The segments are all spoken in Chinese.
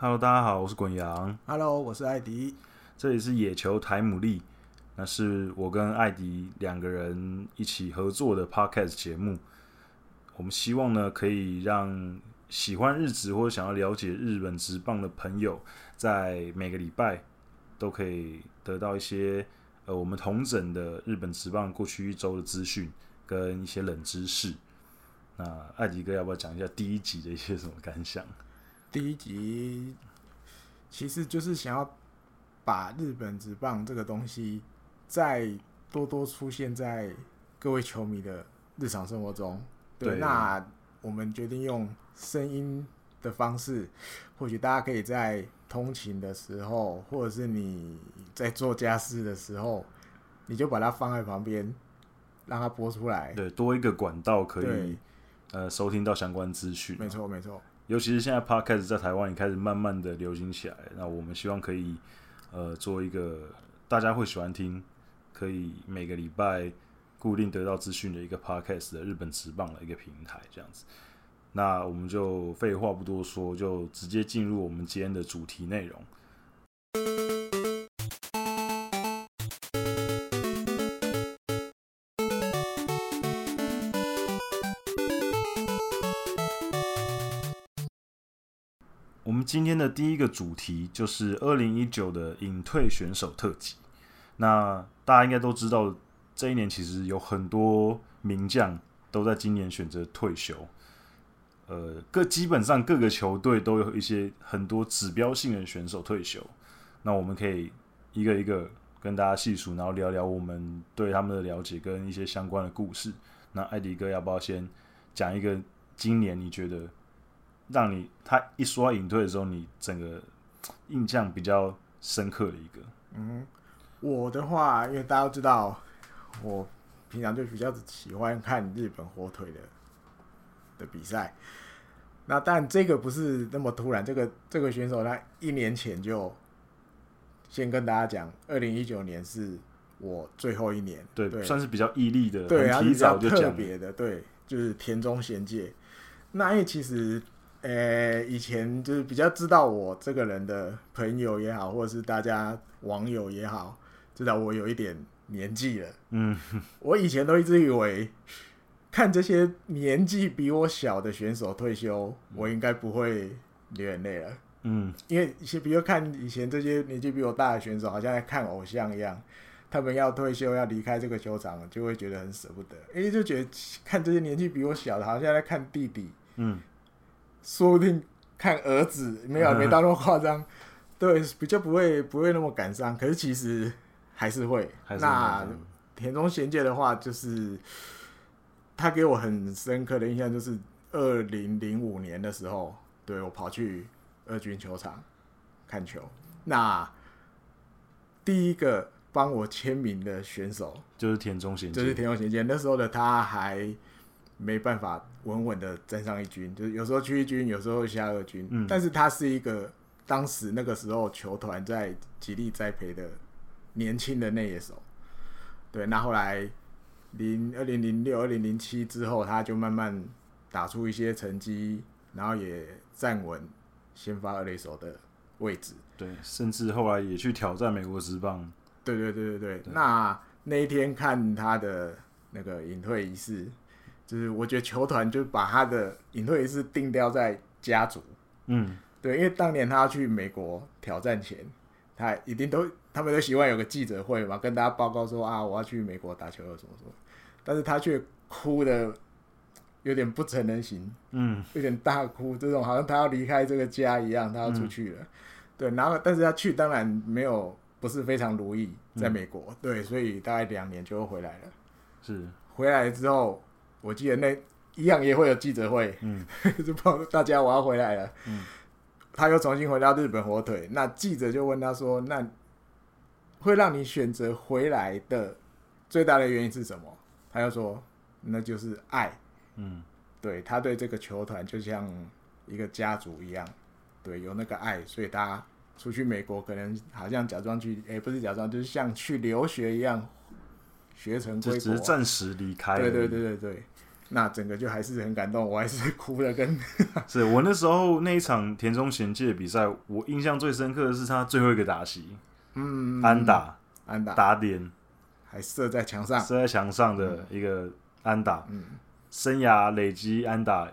Hello，大家好，我是滚阳。 Hello，我是艾迪。 这里是野球台姆利，那是我跟艾迪两个人一起合作的 Podcast 节目。我们希望呢，可以让喜欢日职或者想要了解日本职棒的朋友，在每个礼拜都可以得到一些我们统整的日本职棒过去一周的资讯跟一些冷知识。那艾迪哥要不要讲一下第一集的一些什么感想？ 第一集其实就是想要把日本职棒这个东西再多多出现在各位球迷的日常生活中。对，那我们决定用声音的方式，或许大家可以在通勤的时候，或者是你在做家事的时候，你就把它放在旁边，让它播出来。 对，多一个管道可以收听到相关资讯。 没错，没错。 尤其是现在 Podcast 在台湾也开始慢慢的流行起来，那我们希望可以做一个大家会喜欢听，可以每个礼拜固定得到资讯的一个 Podcast 的日本职棒的一个平台，这样子。那我们就废话不多说，就直接进入我们今天的主题内容。我们今天的第一个主题就是2019的隐退选手特辑。那大家应该都知道，这一年其实有很多名将都在今年选择退休。基本上各个球队都有一些很多指标性的选手退休。那我们可以一个一个跟大家细数，然后聊聊我们对他们的了解跟一些相关的故事。那艾迪哥要不要先讲一个今年你觉得让你他一说到隐退的时候，你整个印象比较深刻的一个？ 我的话，因为大家都知道，我平常就比较喜欢看日本火腿的比赛。那但这个不是那么突然，这个选手他1年前就先跟大家讲，2019年是我最后一年， 对，算是比较毅力的， 对， 很提早就讲， 特别的，对，就是田中贤介。那因为其实以前就是比较知道我这个人的朋友也好，或者是大家网友也好，知道我有一点年纪了。我以前都一直以为看这些年纪比我小的选手退休，我应该不会流眼泪了。因为比如看以前这些年纪比我大的选手，好像在看偶像一样，他们要退休要离开这个球场，就会觉得很舍不得。就觉得看这些年纪比我小的，好像在看弟弟。说不定看儿子，没到那么夸张。对，比较不会那么感伤。可是其实还是会。那田中贤介的话，就是他给我很深刻的印象，就是2005年的时候，对，我跑去二军球场看球。那第一个帮我签名的选手就是田中贤介。那时候的他还没办法稳稳的站上一军，就是有时候去一军，有时候下二军。但是他是一个当时那个时候球团在极力栽培的年轻的内野手。对，那后来2006、2007之后，他就慢慢打出一些成绩，然后也站稳先发二垒手的位置。 对，甚至后来也去挑战美国职棒。 对。那一天看他的那个隐退仪式，就是我觉得球团就把他的隐退仪式定调在家族。对，因为当年他要去美国挑战前，他们都希望有个记者会嘛，跟大家报告说我要去美国打球，什么什么。但是他却哭的有点不成人形，有点大哭，这种好像他要离开这个家一样，他要出去了。对，然后但是他去当然不是非常如意，在美国。对，所以大概2年就回来了。 是回来之后，我记得那一样也会有记者会，就报告大家我要回来了。他又重新回到日本火腿，那记者就问他说：“那会让你选择回来的最大的原因是什么？”他就说：“那就是爱。”对，他对这个球团就像一个家族一样，对，有那个爱，所以他出去美国可能好像假装去，不是假装，就是像去留学一样，学成归国， 就只是暂时离开。 对。 那整个就还是很感动，我还是哭了跟是我那时候那一场田中贤介的比赛，我印象最深刻的是他最后一个打席，安打打点， 还射在墙上， 射在墙上的一个安打，生涯累积安打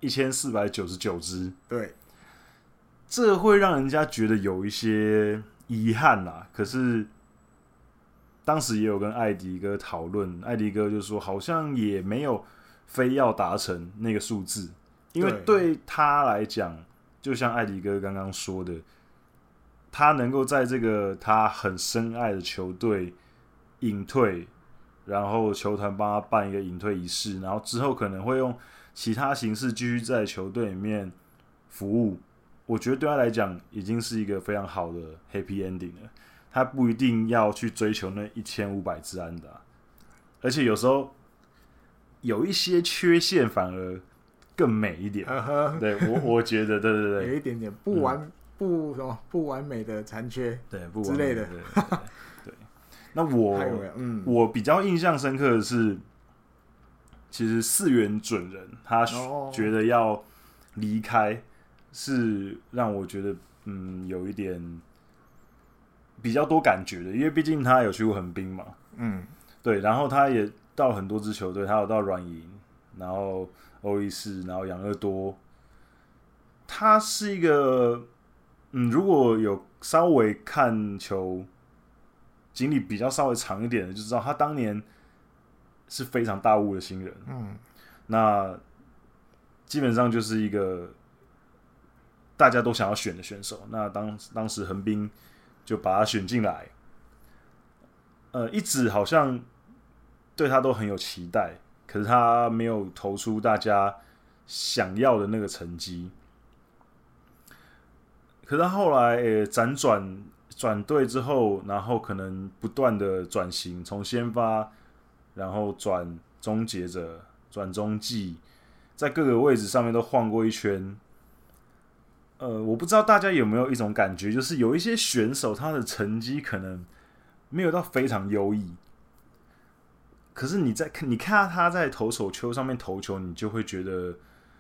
1499支， 对， 这会让人家觉得有一些遗憾啦。可是当时也有跟艾迪哥讨论，艾迪哥就说好像也没有非要达成那个数字，因为对他来讲，就像艾迪哥刚刚说的，他能够在这个他很深爱的球队隐退，然后球团帮他办一个隐退仪式，然后之后可能会用其他形式继续在球队里面服务，我觉得对他来讲已经是一个非常好的 happy ending 了。他不一定要去追求那1500支安打，而且有时候有一些缺陷反而更美一点。对我觉得，对， 有一点点不完美的残缺， 对，不之类的。 对，那我比较印象深刻的是，其实4元准人他觉得要离开，是让我觉得有一点比较多感觉的，因为毕竟他有去过横滨嘛，对，然后他也到很多支球队，他有到软银，然后欧力士，然后养乐多，他是一个如果有稍微看球经历比较稍微长一点的，就知道他当年是非常大物的新人，那基本上就是一个大家都想要选的选手，那当时横滨就把他选进来，一直好像对他都很有期待，可是他没有投出大家想要的那个成绩。可是他后来辗转队之后，然后可能不断的转型，从先发，然后转终结者，转中继，在各个位置上面都晃过一圈。我不知道大家有没有一种感觉，就是有一些选手他的成绩可能没有到非常优异，可是你看到他在投手丘上面投球，你就会觉得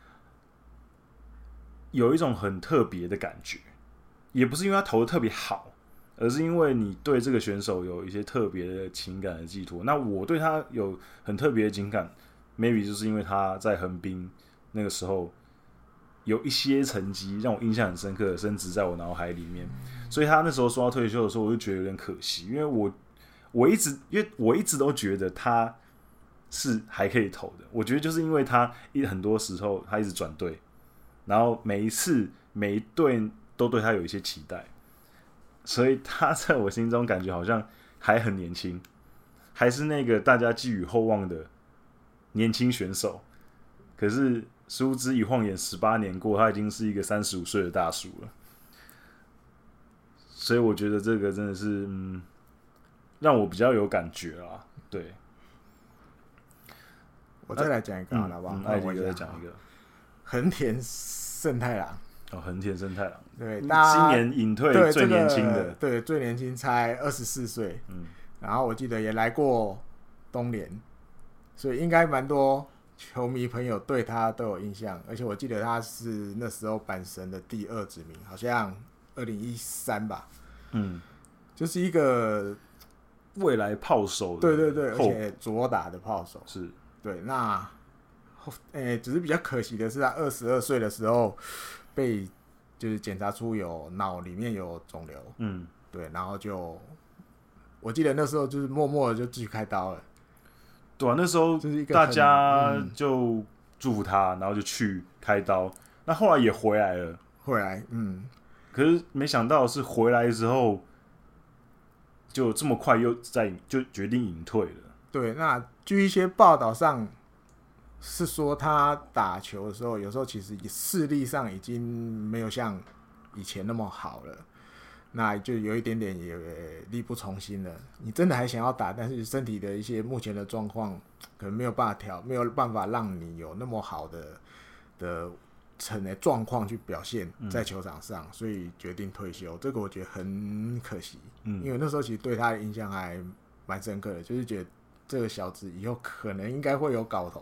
有一种很特别的感觉，也不是因为他投的特别好，而是因为你对这个选手有一些特别的情感的寄托。那我对他有很特别的情感 ，maybe 就是因为他在横滨那个时候有一些成绩让我印象很深刻的深植在我脑海里面，所以他那时候说到退休的时候，我就觉得有点可惜，因为我一直都觉得他是还可以投的。我觉得就是因为他很多时候他一直转队，然后每一队都对他有一些期待，所以他在我心中感觉好像还很年轻，还是那个大家寄予厚望的年轻选手。可是殊不知一晃眼18年过，他已经是一个35岁的大叔了。所以我觉得这个真的是让我比较有感觉啦。对， 我再来讲一个好不好？ 艾迪哥再讲一个， 横田胜太郎。 横田胜太郎， 对， 今年隐退最年轻的， 对，最年轻才24岁。然后我记得也来过东联，所以应该蛮多球迷朋友对他都有印象。而且我记得他是那时候阪神的第2指名，好像2013吧。就是一个未来炮手的， 对，而且左打的炮手是。 对，那只是比较可惜的是，他22岁的时候被就是检查出有脑里面有肿瘤，对，然后就我记得那时候就是默默的就继续开刀了， 对啊，那时候大家就祝福他，然后就去开刀，那后来也回来了，可是没想到是回来之后就这么快就决定隐退了。 对，那据一些报道上是说他打球的时候，有时候其实视力上已经没有像以前那么好了，那就有一点点也力不从心了。你真的还想要打，但是身体的一些目前的状况可能没有办法让你有那么好的状况去表现在球场上，所以决定退休。这个我觉得很可惜，因为那时候其实对他的印象还蛮深刻的，就是觉得这个小子以后可能应该会有搞头。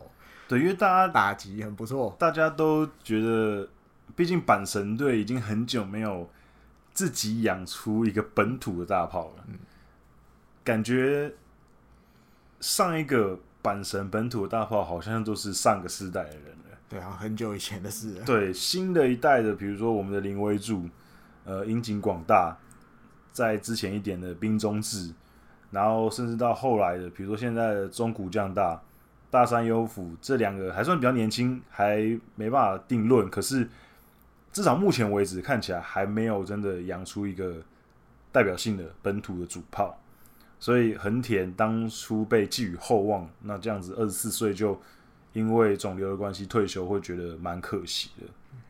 对，因为大家打击很不错， 大家都觉得，毕竟阪神队已经很久没有自己养出一个本土的大炮了，感觉上一个阪神本土的大炮好像都是上个世代的人了。 对啊，很久以前的事了。 对，新的一代的，比如说我们的林威柱、樱井广大，在之前一点的滨中志，然后甚至到后来的，比如说现在的中谷将大、大山优辅，这两个还算比较年轻，还没办法定论。可是至少目前为止，看起来还没有真的养出一个代表性的本土的主炮。所以横田当初被寄予厚望，那这样子24岁就因为肿瘤的关系退休，会觉得蛮可惜的。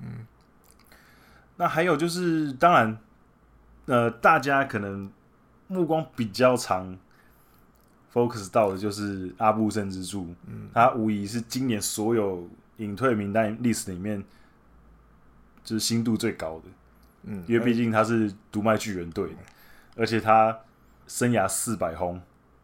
那还有就是，当然，大家可能目光比较长 focus 到的就是阿部慎之助，他无疑是今年所有隐退名单历史里面就是心度最高的，因为毕竟他是独卖巨人队的，而且他生涯400轰，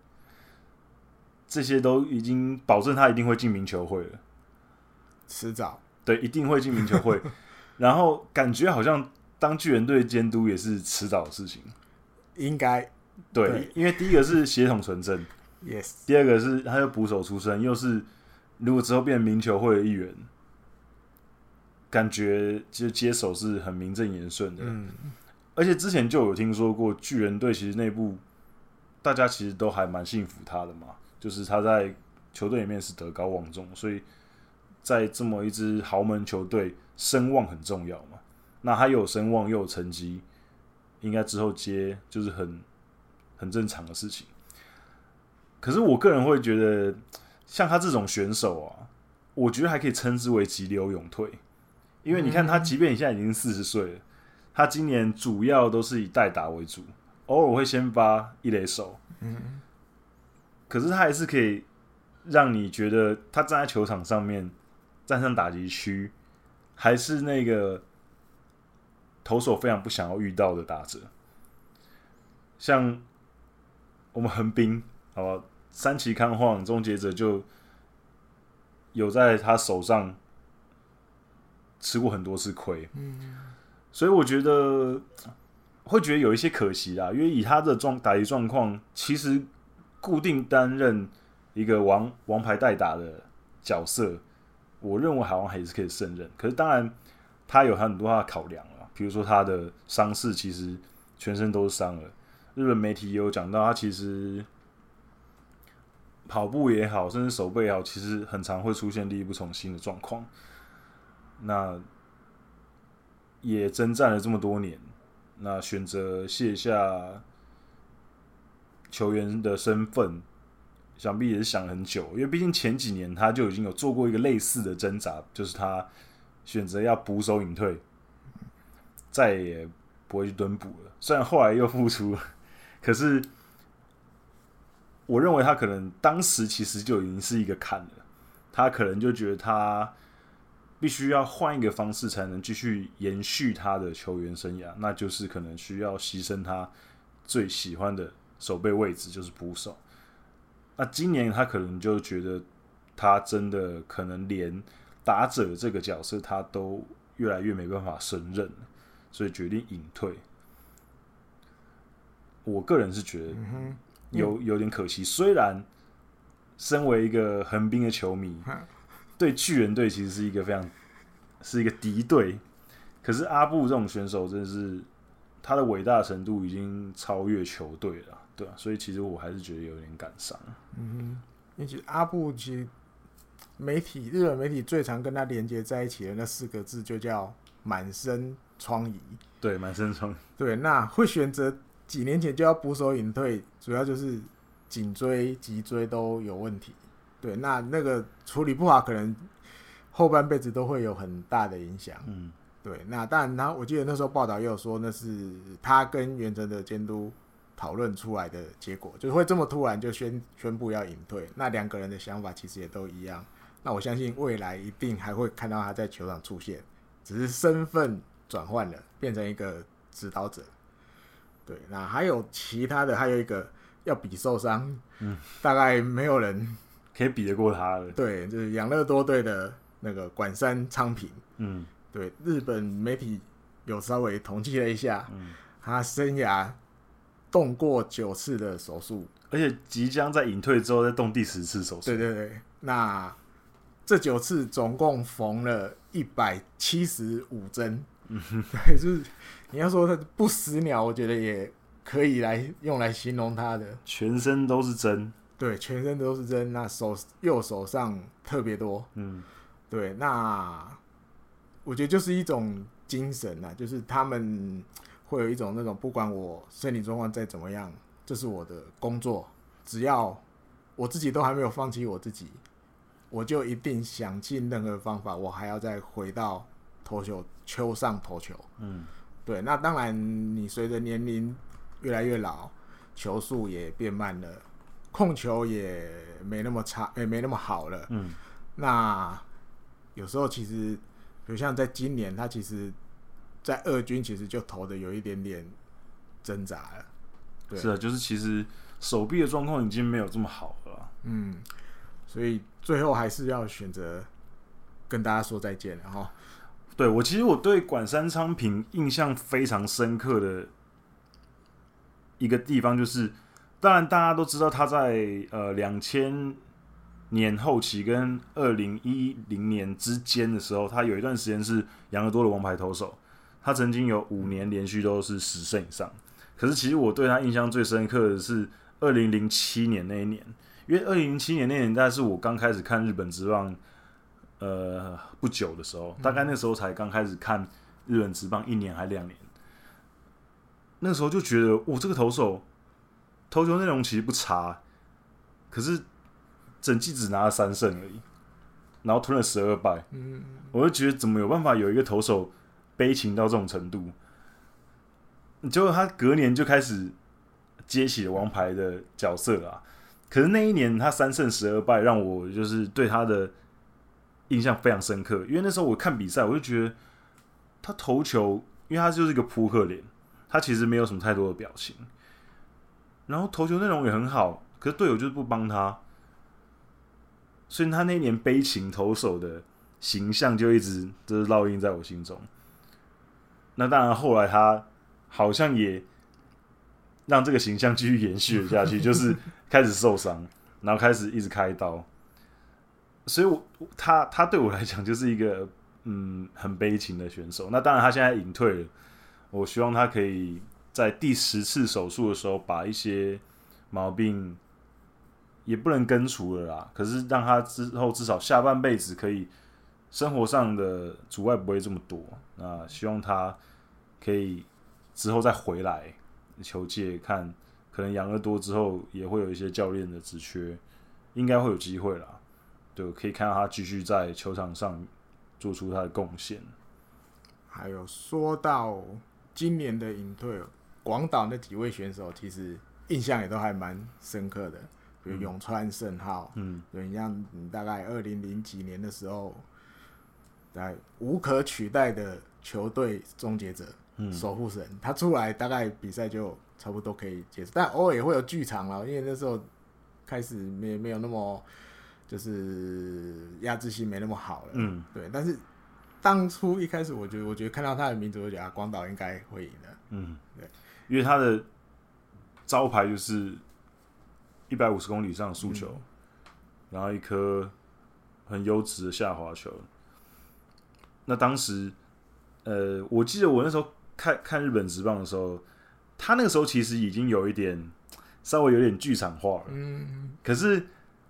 这些都已经保证他一定会进名球会了， 迟早对，一定会进名球会。然后感觉好像当巨人队监督也是迟早的事情， 应该对，因为第一个是血统纯正 ，yes， 第二个是他又捕手出身，又是如果之后变名球会的一员，感觉就接手是很名正言顺的。而且之前就有听说过，巨人队其实内部大家其实都还蛮信服他的嘛，就是他在球队里面是德高望重，所以在这么一支豪门球队，声望很重要嘛。那他又有声望又有成绩，应该之后接就是很正常的事情。可是我个人会觉得，像他这种选手啊，我觉得还可以称之为急流勇退，因为你看他，即便你现在已经40岁了，他今年主要都是以代打为主，偶尔会先发一垒手，可是他还是可以让你觉得他站在球场上面，站上打击区，还是那个投手非常不想要遇到的打者。像我们横滨，好吧，三崎康晃终结者就有在他手上吃过很多次亏，所以我觉得会觉得有一些可惜啦，因为以他的打击状况，其实固定担任一个王牌代打的角色，我认为好像还是可以胜任。可是当然，他有很多他的考量啦，比如说他的伤势，其实全身都是伤了。日本媒体也有讲到，他其实跑步也好，甚至手背也好，其实很常会出现力不从心的状况。那也征战了这么多年，那选择卸下球员的身份，想必也是想很久，因为毕竟前几年他就已经有做过一个类似的挣扎，就是他选择要捕手隐退，再也不会去蹲捕了。虽然后来又复出了，可是我认为他可能当时其实就已经是一个坎了，他可能就觉得他必须要换一个方式才能继续延续他的球员生涯，那就是可能需要牺牲他最喜欢的守备位置，就是捕手。那今年他可能就觉得他真的可能连打者这个角色他都越来越没办法胜任了，所以决定隐退。我个人是觉得有点可惜，虽然身为一个横滨的球迷，对巨人队其实是一个敌对，可是阿布这种选手真的是他的伟大程度已经超越球队了，对啊，所以其实我还是觉得有点感伤。 因为其实阿布其实日本媒体最常跟他连接在一起的那4个字就叫满身疮痍。 对，满身疮痍。 对，那会选择几年前就要捕手隐退，主要就是颈椎、脊椎都有问题。对，那个处理不好，可能后半辈子都会有很大的影响。对，那当然我记得那时候报道也有说，那是他跟原成的监督讨论出来的结果，就是会这么突然就宣布要隐退。那2个人的想法其实也都一样。那我相信未来一定还会看到他在球场出现，只是身份转换了，变成一个指导者。对，那还有其他的，还有一个要比受伤，大概没有人可以比得过他了。 对，就是养乐多队的那个管山昌平。 嗯， 对，日本媒体有稍微统计了一下，他生涯动过9次的手术， 而且即将在隐退之后再动第10次手术。 对对对，那这9次总共缝了175针。对，就是你要说他不死鸟，我觉得也可以用来形容他的。 全身都是针。 对，全身都是针，那右手上特别多。对，那我觉得就是一种精神啊，就是他们会有一种那种，不管我身体状况再怎么样，这是我的工作，只要我自己都还没有放弃我自己，我就一定想尽任何方法，我还要再回到球上投球。对，那当然你随着年龄越来越老，球速也变慢了，控球也没那么差，也没那么好了。那有时候其实，比如像在今年，他其实在二军其实就投的有一点点挣扎了。对， 是啊，就是其实手臂的状况已经没有这么好了啦。 所以最后还是要选择跟大家说再见了哈。 对，其实我对管山昌平印象非常深刻的一个地方，就是当然大家都知道他在2000年后期跟2010年之间的时候，他有一段时间是养乐多的王牌投手，他曾经有5年连续都是10胜以上。可是其实我对他印象最深刻的是2007年那一年，因为2007年那年大概是我刚开始看日本职棒不久的时候，大概那时候才刚开始看日本职棒1年还2年，那时候就觉得这个投手投球内容其实不差，可是整季只拿了3胜而已，然后吞了12败。我就觉得怎么有办法有一个投手悲情到这种程度？结果他隔年就开始接起了王牌的角色啦。可是那一年他3胜12败，让我就是对他的印象非常深刻。因为那时候我看比赛，我就觉得他投球，因为他就是一个扑克脸，他其实没有什么太多的表情，然后投球内容也很好，可是队友就是不帮他，所以他那一年悲情投手的形象就一直就是烙印在我心中。那当然后来他好像也让这个形象继续延续了下去，就是开始受伤，然后开始一直开刀，所以他对我来讲就是一个很悲情的选手。那当然他现在隐退了，我希望他可以在第10次手术的时候把一些毛病也不能根除了啦，可是让他之后至少下半辈子可以生活上的阻碍不会这么多。那希望他可以之后再回来球界看，可能养乐多之后也会有一些教练的职缺，应该会有机会啦。对，可以看到他继续在球场上做出他的贡献。 还有说到今年的隐退，广岛那几位选手其实印象也都还蛮深刻的，比如永川圣浩，对，你像大概2000几年的时候，大概无可取代的球队终结者。守护神，他出来大概比赛就差不多可以结束，但偶尔也会有剧场啦，因为那时候开始没有那么就是压制性没那么好了，对。但是当初一开始，我觉得看到他的名字，我就觉得广岛应该会赢的，对， 因为他的招牌就是150公里以上的速球，然后一颗很优质的下滑球。那当时，我记得我那时候看日本职棒的时候，他那个时候其实已经有一点稍微有点剧场化了。可是，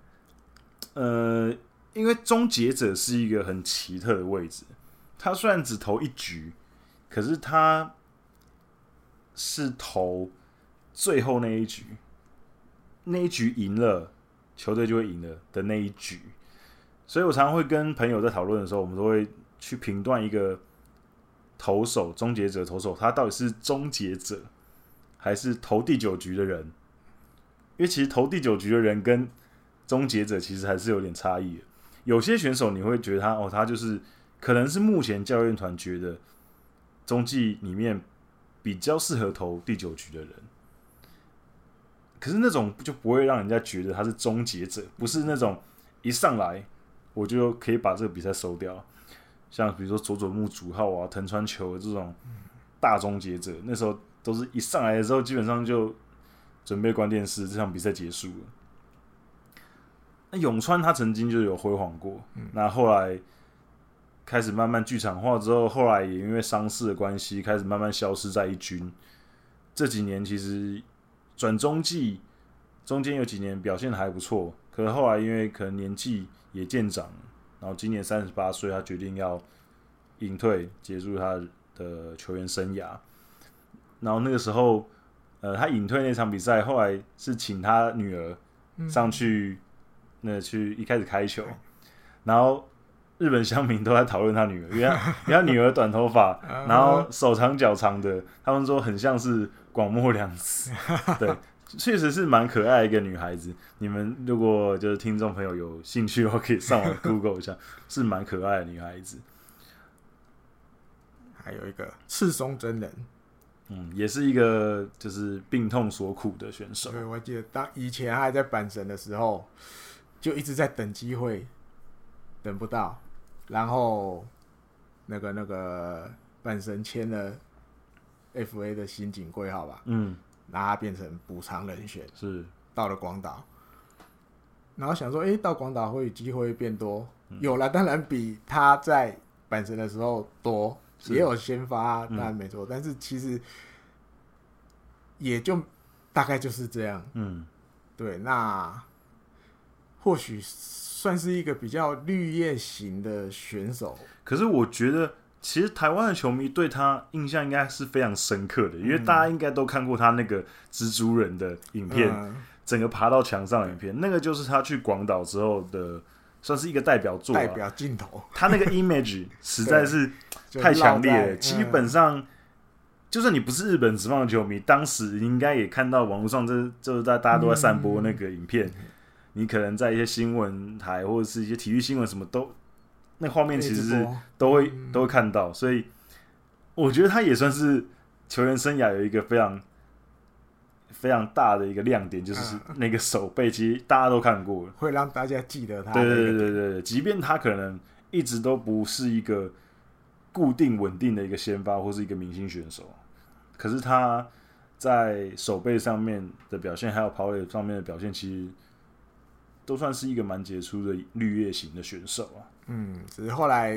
因为终结者是一个很奇特的位置，他虽然只投1局，可是他是投最后那一局，那一局赢了，球队就会赢了的那一局。所以我常常会跟朋友在讨论的时候，我们都会去评断一个投手、终结者投手，他到底是终结者还是投第9局的人？因为其实投第9局的人跟终结者其实还是有点差异的。有些选手你会觉得他就是可能是目前教练团觉得中继里面比较适合投第9局的人，可是那种就不会让人家觉得他是终结者，不是那种一上来我就可以把这个比赛收掉。像比如说佐佐木主浩啊、藤川球这种大终结者，那时候都是一上来的时候，基本上就准备关电视，这场比赛结束了。那永川他曾经就有辉煌过，那后来开始慢慢剧场化之后，后来也因为伤势的关系，开始慢慢消失在一军。这几年其实转中继中间有几年表现还不错，可是后来因为可能年纪也渐长，然后今年38岁，他决定要隐退，结束他的球员生涯。然后那个时候，他隐退那场比赛，后来是请他女儿上去，去一开始开球，然后日本乡民都在讨论他女儿，因为他女儿短头发，然后手长脚长的，他们说很像是广末凉子，对。确实是蛮可爱的一个女孩子，你们如果就是听众朋友有兴趣的话，可以上网 Google 一下，是蛮可爱的女孩子。 还有一个赤松真人， 也是一个就是病痛所苦的选手。 对，我记得当以前还在阪神的时候，就一直在等机会，等不到，然后那个阪神签了 FA 的新井贵号吧，让他变成补偿人选， 是到了广岛，然后想说，到广岛会机会变多，有了，当然比他在阪神的时候多，也有先发，当然没错，但是其实也就大概就是这样，对，那或许算是一个比较绿叶型的选手， 可是我觉得。其实台湾的球迷对他印象应该是非常深刻的，因为大家应该都看过他那个蜘蛛人的影片，整个爬到墙上的影片，那个就是他去广岛之后的，算是一个代表作， 代表镜头。 他那个 image 实在是太强烈了，基本上就算你不是日本职棒的球迷，当时你应该也看到网络上就是大家都在散播那个影片，你可能在一些新闻台或者是一些体育新闻什么都。那画面其实是都会看到，所以我觉得他也算是球员生涯有一个非常非常大的一个亮点，就是那个手背，其实大家都看过了， 会让大家记得他。 对，即便他可能一直都不是一个固定稳定的一个先发或是一个明星选手，可是他在手背上面的表现，还有跑垒上面的表现，其实都算是一个蛮杰出的绿叶型的选手啊。 只是后来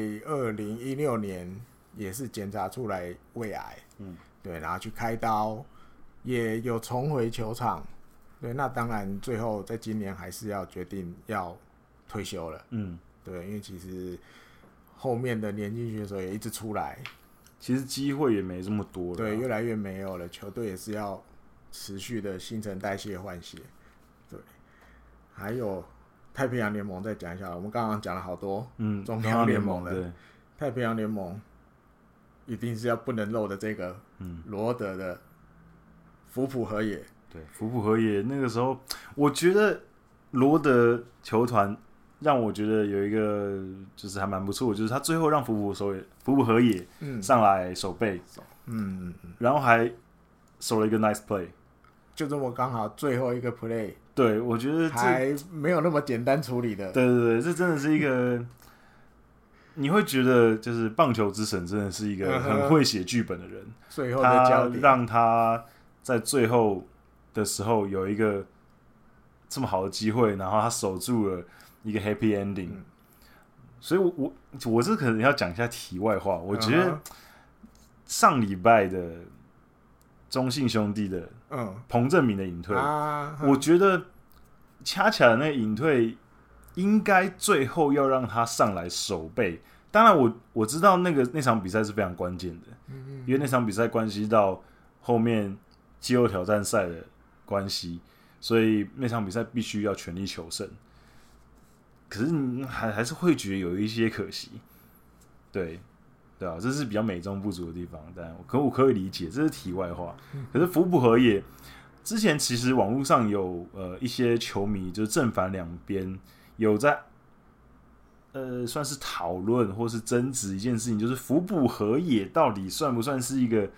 2016年也是检查出来胃癌，对，然后去开刀，也有重回球场，对，那当然最后在今年还是要决定要退休了，对，因为其实后面的年轻选手也一直出来， 其实机会也没这么多了， 对，越来越没有了，球队也是要持续的新陈代谢换血，对，还有。太平洋联盟再讲一下，我们刚刚讲了好多，中央联盟的，太平洋联盟一定是要不能漏的这个，罗德的福普和也， 对，福普和也那个时候，我觉得罗德球团让我觉得有一个就是还蛮不错，就是他最后让福普和也上来守备，然后还守了一个 nice play， 就这么刚好最后一个 play。 对，我觉得还没有那么简单处理的。 对，这真的是一个，你会觉得就是棒球之神真的是一个很会写剧本的人。 最后的焦点， 让他在最后的时候有一个这么好的机会，然后他守住了一个 happy ending。所以我这可能要讲一下题外话，我觉得上礼拜的中信兄弟的彭政闵的隐退，我觉得恰恰的那个隐退应该最后要让他上来守备。当然我知道那场比赛是非常关键的，因为那场比赛关系到后面季后挑战赛的关系，所以那场比赛必须要全力求胜。可是你还是会觉得有一些可惜，对啊，这是比较美中不足的地方，但我可以理解，这是题外话。可是福普和也之前其实网络上有一些球迷，就是正反两边有在算是讨论或是争执一件事情，就是福普和也到底算不算是一个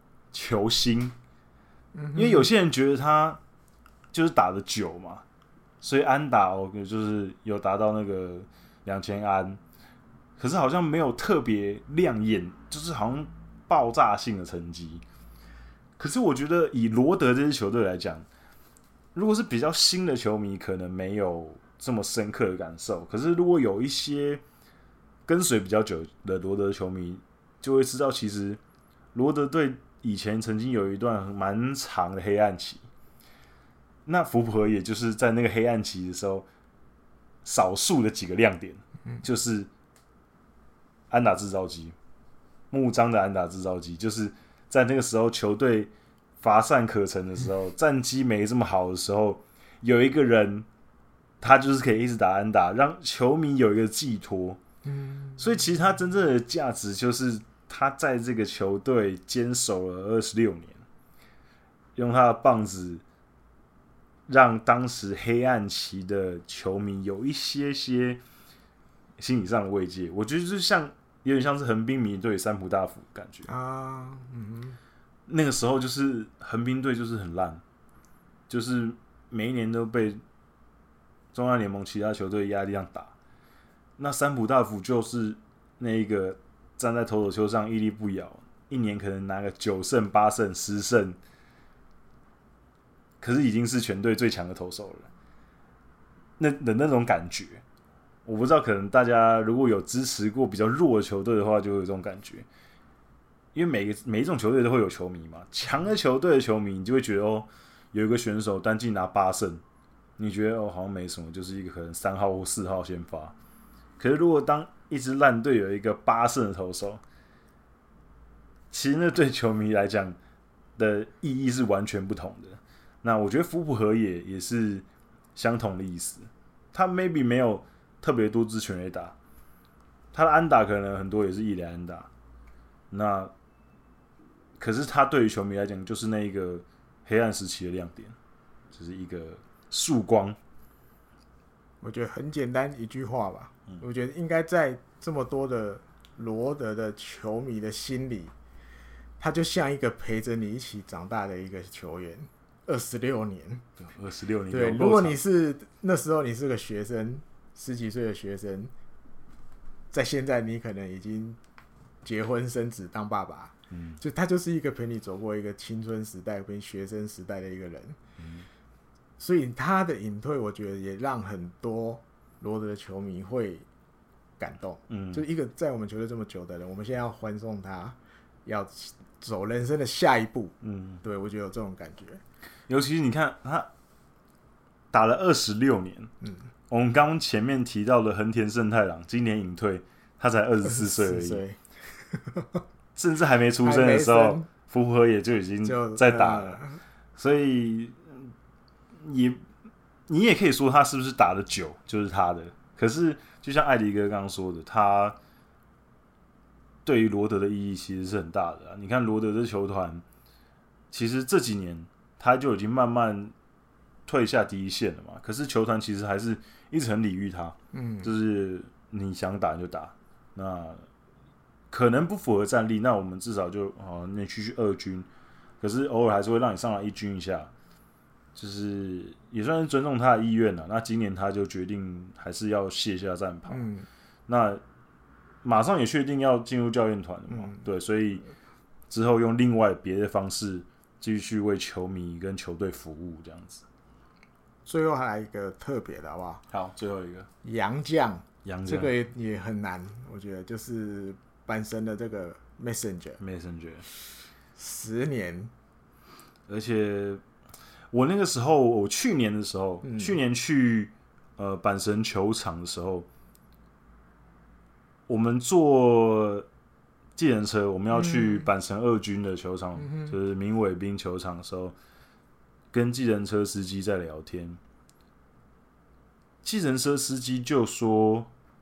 球星？因为有些人觉得他就是打得久嘛， 所以安打就是有达到那个2000安，可是好像没有特别亮眼，就是好像爆炸性的成绩。可是我觉得以罗德这支球队来讲，如果是比较新的球迷，可能没有这么深刻的感受。可是如果有一些跟随比较久的罗德球迷，就会知道其实罗德队以前曾经有一段蛮长的黑暗期。那福普河也就是在那个黑暗期的时候，少数的几个亮点，就是安打制造机，木章的安打制造机，就是在那个时候球队乏善可陈的时候，战绩没这么好的时候，有一个人他就是可以一直打安打，让球迷有一个寄托。所以其实他真正的价值就是他在这个球队坚守了26年，用他的棒子让当时黑暗期的球迷有一些心理上的慰藉。我觉得就是有点像是横滨迷对三浦大辅的感觉啊。那个时候就是横滨队就是很烂，就是每一年都被中央联盟其他球队压力上打。那三浦大辅就是那一个站在投手丘上屹立不摇，一年可能拿个9胜、8胜、10胜。可是已经是全队最强的投手了，那种感觉，我不知道，可能大家如果有支持过比较弱的球队的话，就会有这种感觉。因为每一种球队都会有球迷嘛，强的球队的球迷，你就会觉得有一个选手单季拿8胜，你觉得好像没什么，就是一个可能3号或4号先发。可是如果当一支烂队有一个8胜的投手，其实那对球迷来讲的意义是完全不同的。那我觉得福普河也是相同的意思，他 maybe 没有特别多支全垒打，他的安打可能很多也是1垒安打，那可是他对于球迷来讲就是那一个黑暗时期的亮点，就是一个曙光。 我觉得很简单一句话吧，我觉得应该在这么多的罗德的球迷的心里，他就像一个陪着你一起长大的一个球员。26年 ，26年。 对，如果你是那时候你是个学生，10几岁的学生，在现在你可能已经结婚生子当爸爸，就他就是一个陪你走过一个青春时代跟学生时代的一个人，所以他的隐退，我觉得也让很多罗德的球迷会感动，就一个在我们球队这么久的人，我们现在要欢送他，要走人生的下一步，对，我觉得有这种感觉。 尤其是你看他打了26年，我们刚刚前面提到的横田胜太郎今年隐退，他才24岁而已，甚至还没出生的时候，福普河也就已经在打了，所以你也可以说他是不是打的久就是他的。可是就像艾迪哥刚刚说的，他对于罗德的意义其实是很大的。你看罗德这球团，其实这几年他就已经慢慢退下第一线了嘛。可是球团其实还是一直很礼遇他，就是你想打就打，那可能不符合战力，那我们至少就你去2军，可是偶尔还是会让你上来1军一下，就是也算是尊重他的意愿了。那今年他就决定还是要卸下战袍，那马上也确定要进入教练团了嘛，对，所以之后用另外别的方式继续为球迷跟球队服务，这样子。 最后还来一个特别的好不好？ 好，最后一个洋将，这个也很难，我觉得就是阪神的这个 Messenger 10年， 而且我那个时候，我去年的时候，去年去阪神球场的时候，我们坐计程车，我们要去阪神2军的球场，就是明伟滨球场的时候，跟计程车司机在聊天，计程车司机就说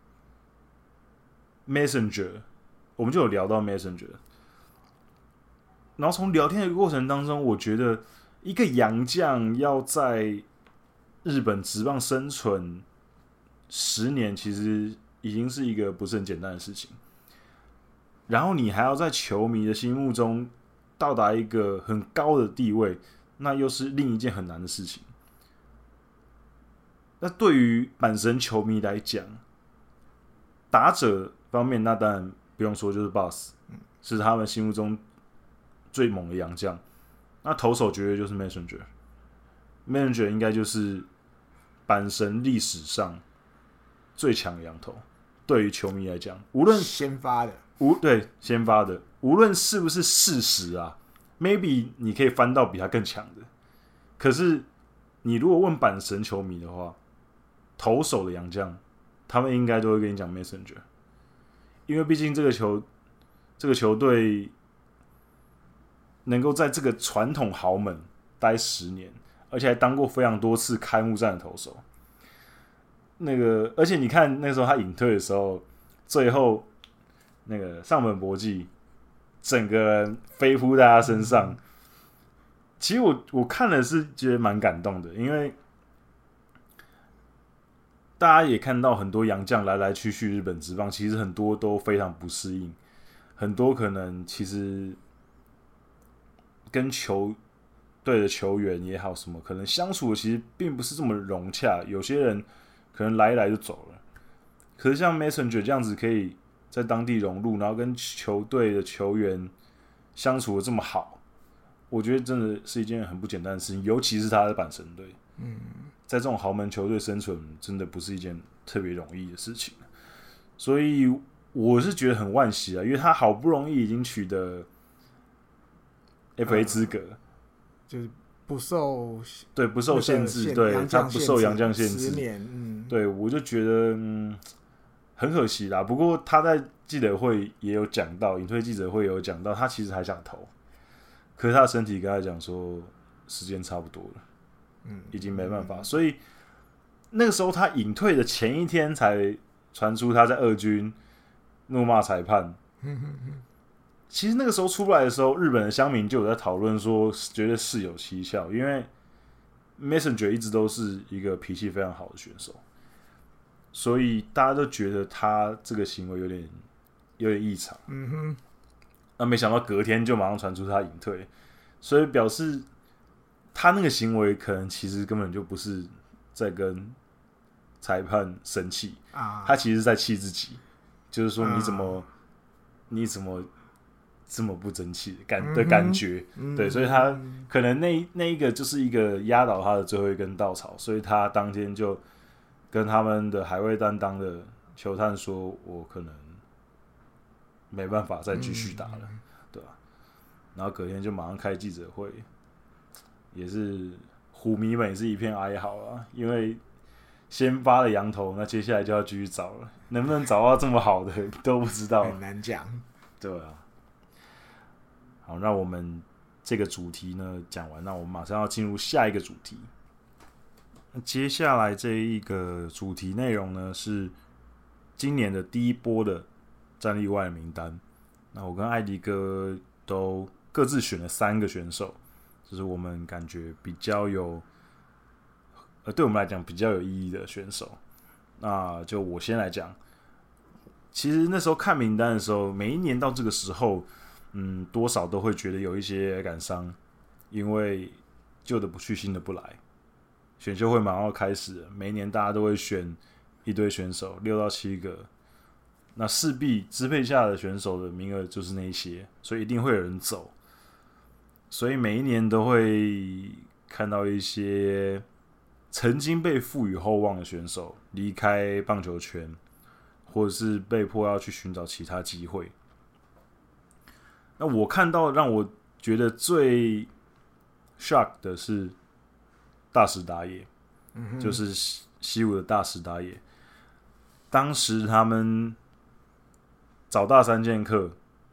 Messenger， 我们就有聊到 Messenger， 然后从聊天的过程当中，我觉得一个洋将要在日本职棒生存10年，其实已经是一个不是很简单的事情。然后你还要在球迷的心目中到达一个很高的地位，那又是另一件很难的事情。 那对于阪神球迷来讲，打者方面那当然不用说，就是 Boss 是他们心目中最猛的洋将。那投手绝对就是 Messenger 应该就是阪神历史上最强的洋投。对于球迷来讲，无论先发的， 先发的，无论是不是事实啊 ，maybe 你可以翻到比他更强的。可是你如果问阪神球迷的话，投手的洋将，他们应该都会跟你讲 Messenger， 因为毕竟这个球队能够在这个传统豪门待10年，而且还当过非常多次开幕战的投手。而且你看那时候他隐退的时候，最后那个上本博纪整个人飞扑在他身上，其实我看了是觉得蛮感动的，因为大家也看到很多洋将来来去去日本职棒，其实很多都非常不适应，很多可能其实跟球队的球员也好什么，可能相处的其实并不是这么融洽，有些人可能来一来就走了。可是像 Messenger 这样子可以在当地融入，然后跟球队的球员相处的这么好，我觉得真的是一件很不简单的事情，尤其是他的阪神队。在这种豪门球队生存，真的不是一件特别容易的事情。所以我是觉得很惋惜啊，因为他好不容易已经取得 FA 资格， 就是不受限制，对他不受洋将限制 10年， 对我就觉得很可惜啦。不过他在记者会也有讲到，隐退记者会也有讲到，他其实还想投，可是他的身体跟他讲说时间差不多了。已经没办法，所以那个时候他隐退的前一天才传出他在二军怒骂裁判。其实那个时候出来的时候，日本的乡民就有在讨论说，觉得事有蹊跷，因为 Messenger 一直都是一个脾气非常好的选手，所以大家都觉得他这个行为有点异常。那没想到隔天就马上传出他隐退，所以表示他那个行为可能其实根本就不是在跟裁判生气，他其实在气自己，就是说你怎么这么不争气的感觉，对，所以他可能那一个就是一个压倒他的最后一根稻草，所以他当天就跟他们的海卫担当的球探说，我可能没办法再继续打了，对吧？然后隔天就马上开记者会。也是虎迷们也是一片哀嚎啊，因为先发的洋投，那接下来就要继续找了，能不能找到这么好的都不知道， 很难讲。 对啊，好，那我们这个主题呢讲完，那我们马上要进入下一个主题。接下来这一个主题内容呢是今年的第一波的战力外的名单。那我跟艾迪哥都各自选了3个选手。就是我们感觉比较有，对我们来讲比较有意义的选手。那就我先来讲。其实那时候看名单的时候，每一年到这个时候，多少都会觉得有一些感伤，因为旧的不去，新的不来。选秀会马上要开始了，每一年大家都会选一堆选手，6到7个，那势必支配下的选手的名额就是那一些，所以一定会有人走。所以每一年都会看到一些曾经被赋予厚望的选手离开棒球圈，或者是被迫要去寻找其他机会。那我看到让我觉得最 shock 的是大石打野，就是西武的大石打野。当时他们早大三剑客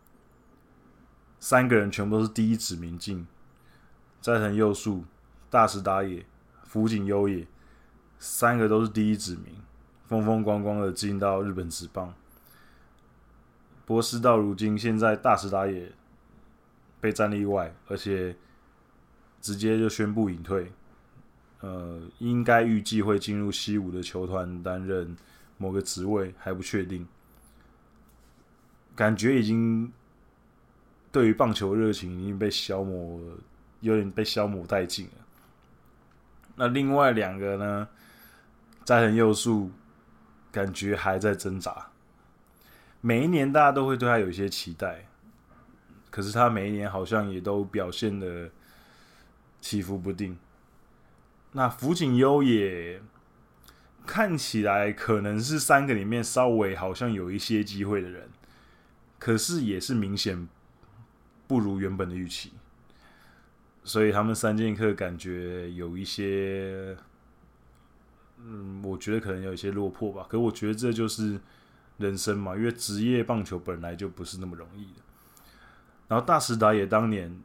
3个人全部都是第一指名进，斋藤佑树、大石打野、福井优也，3个都是第一指名，风风光光的进到日本职棒。不过事到如今，现在大石打野被战力外，而且直接就宣布隐退。应该预计会进入西武的球团担任某个职位，还不确定。感觉已经对于棒球热情已经被消磨了，有点被消磨殆尽了。那另外2个呢， 斋藤佑树感觉还在挣扎。每一年大家都会对他有一些期待，可是他每一年好像也都表现的起伏不定。那福井优也看起来可能是3个里面稍微好像有一些机会的人，可是也是明显不如原本的预期，所以他们3剑客感觉有一些，我觉得可能有一些落魄吧。可是我觉得这就是人生嘛，因为职业棒球本来就不是那么容易的。然后大石打野当年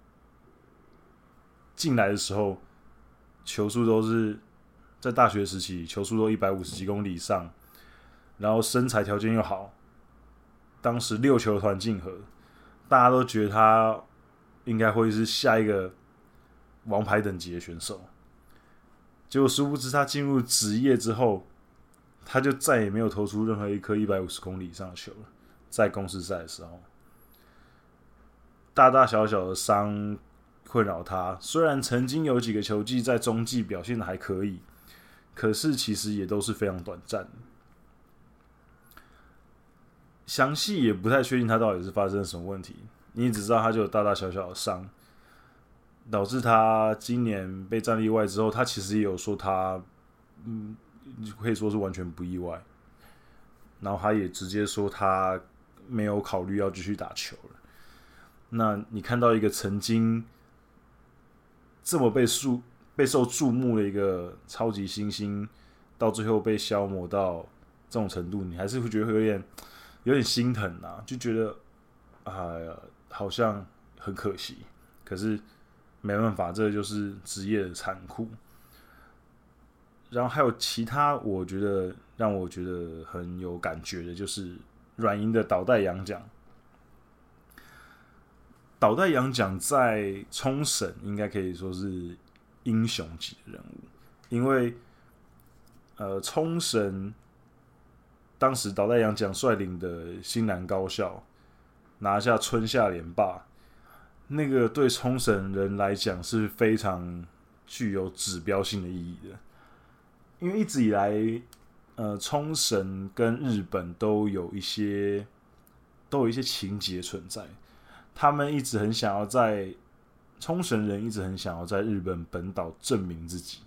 进来的时候，球速都是在大学时期球速都150几公里以上，然后身材条件又好，当时6球团竞合，大家都觉得他应该会是下一个王牌等级的选手。结果殊不知他进入职业之后，他就再也没有投出任何一颗150公里以上的球了。在公式赛的时候，大大小小的伤困扰他，虽然曾经有几个球季在中继表现的还可以，可是其实也都是非常短暂的。详细也不太确定他到底是发生了什么问题，你只知道他就有大大小小的伤，导致他今年被战力外之后，他其实也有说他，可以说是完全不意外。然后他也直接说他没有考虑要继续打球了。那你看到一个曾经这么备受注目的一个超级新星，到最后被消磨到这种程度，你还是会觉得有点心疼啊，就觉得好像很可惜。可是没办法，这就是职业的残酷。然后还有其他，我觉得让我觉得很有感觉的，就是软银的岛袋洋奖。岛袋洋奖在冲绳应该可以说是英雄级的人物，因为冲绳当时岛袋洋奖率领的新南高校拿下春夏连霸，那个对冲绳人来讲是非常具有指标性的意义的，因为一直以来，冲绳跟日本都有一些情节存在，他们一直很想要冲绳人一直很想要在日本本岛证明自己，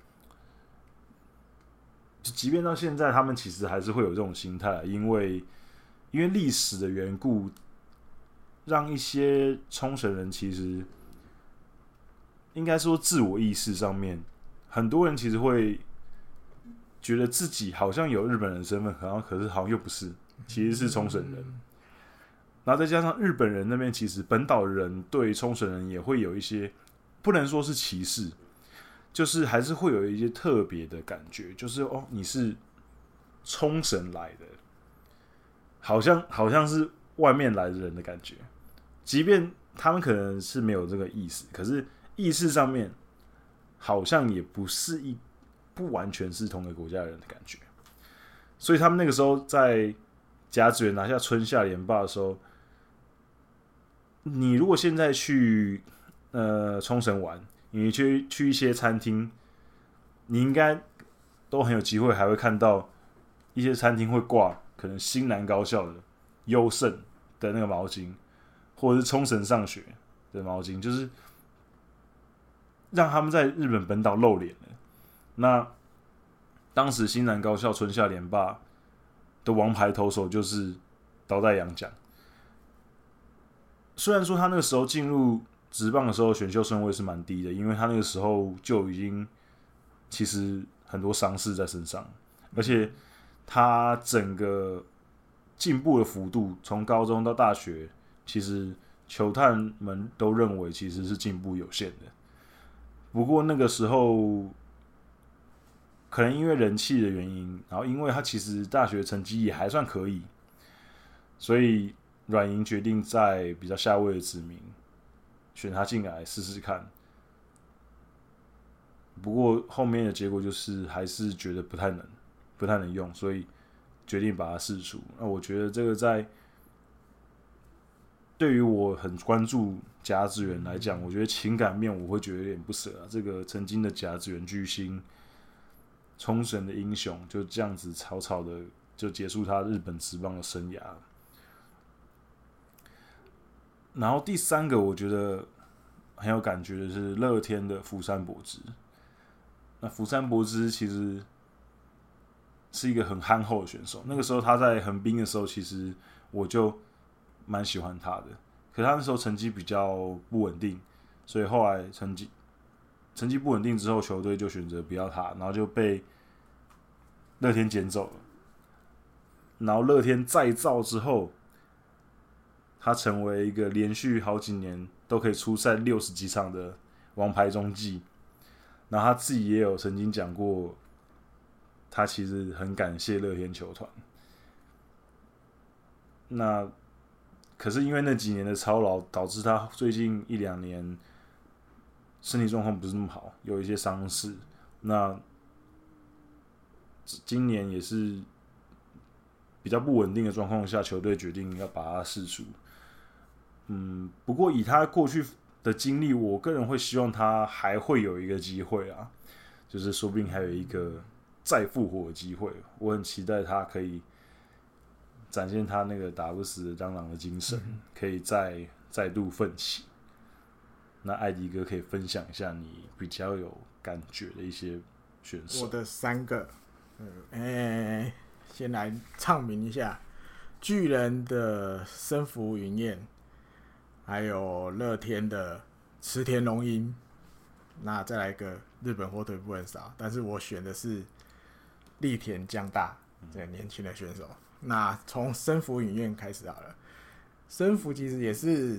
即便到现在，他们其实还是会有这种心态，因为历史的缘故，让一些冲绳人其实应该说自我意识上面，很多人其实会觉得自己好像有日本人的身份，可是好像又不是，其实是冲绳人。然后再加上日本人那边，其实本岛人对冲绳人也会有一些，不能说是歧视，就是还是会有一些特别的感觉，就是你是冲绳来的，好像是外面来的人的感觉，即便他们可能是没有这个意思，可是意识上面好像也不完全是同一个国家的人的感觉。所以他们那个时候在甲子园拿下春夏连霸的时候，你如果现在去冲绳玩，你去一些餐厅，你应该都很有机会还会看到一些餐厅会挂可能新南高校的优胜的那个毛巾，或者是冲绳上学的毛巾，就是让他们在日本本岛露脸了。那当时新南高校春夏连霸的王牌投手就是岛袋洋奖。虽然说他那个时候进入职棒的时候选秀顺位是蛮低的，因为他那个时候就已经其实很多伤势在身上，而且他整个进步的幅度从高中到大学，其实球探们都认为其实是进步有限的。不过那个时候可能因为人气的原因，然后因为他其实大学成绩也还算可以，所以软银决定在比较下位的指名选他进来试试看。不过后面的结果就是还是觉得不太能用，所以决定把他释出。那我觉得这个对于我很关注甲子园来讲，我觉得情感面我会觉得有点不舍啊。这个曾经的甲子园巨星， 冲绳的英雄，就这样子草草的就结束他日本职棒的生涯。然后第三个我觉得很有感觉的是乐天的福山博之。那福山博之其实是一个很憨厚的选手，那个时候他在横滨的时候，其实我就蛮喜欢他的。可是他那时候成绩比较不稳定，所以后来成绩不稳定之后，球队就选择不要他，然后就被乐天捡走了。然后乐天再造之后，他成为一个连续好几年都可以出赛60几场的王牌中继。然后他自己也有曾经讲过，他其实很感谢乐天球团。那可是因为那几年的操劳，导致他最近1-2年身体状况不是那么好，有一些伤势。那今年也是比较不稳定的状况下，球队决定要把他释出。不过以他过去的经历，我个人会希望他还会有一个机会啊，就是说不定还有一个再复活的机会。我很期待他可以展现他那个打不死的蟑螂的精神，可以再度奋起。那艾迪哥可以分享一下你比较有感觉的一些选手。 我的3个，先来唱名一下：巨人的森福云彦，还有乐天的池田龙鹰。那再来一个日本火腿不能少，但是我选的是栗田将大这个年轻的选手。那从森福云彦开始好了。森福其实也是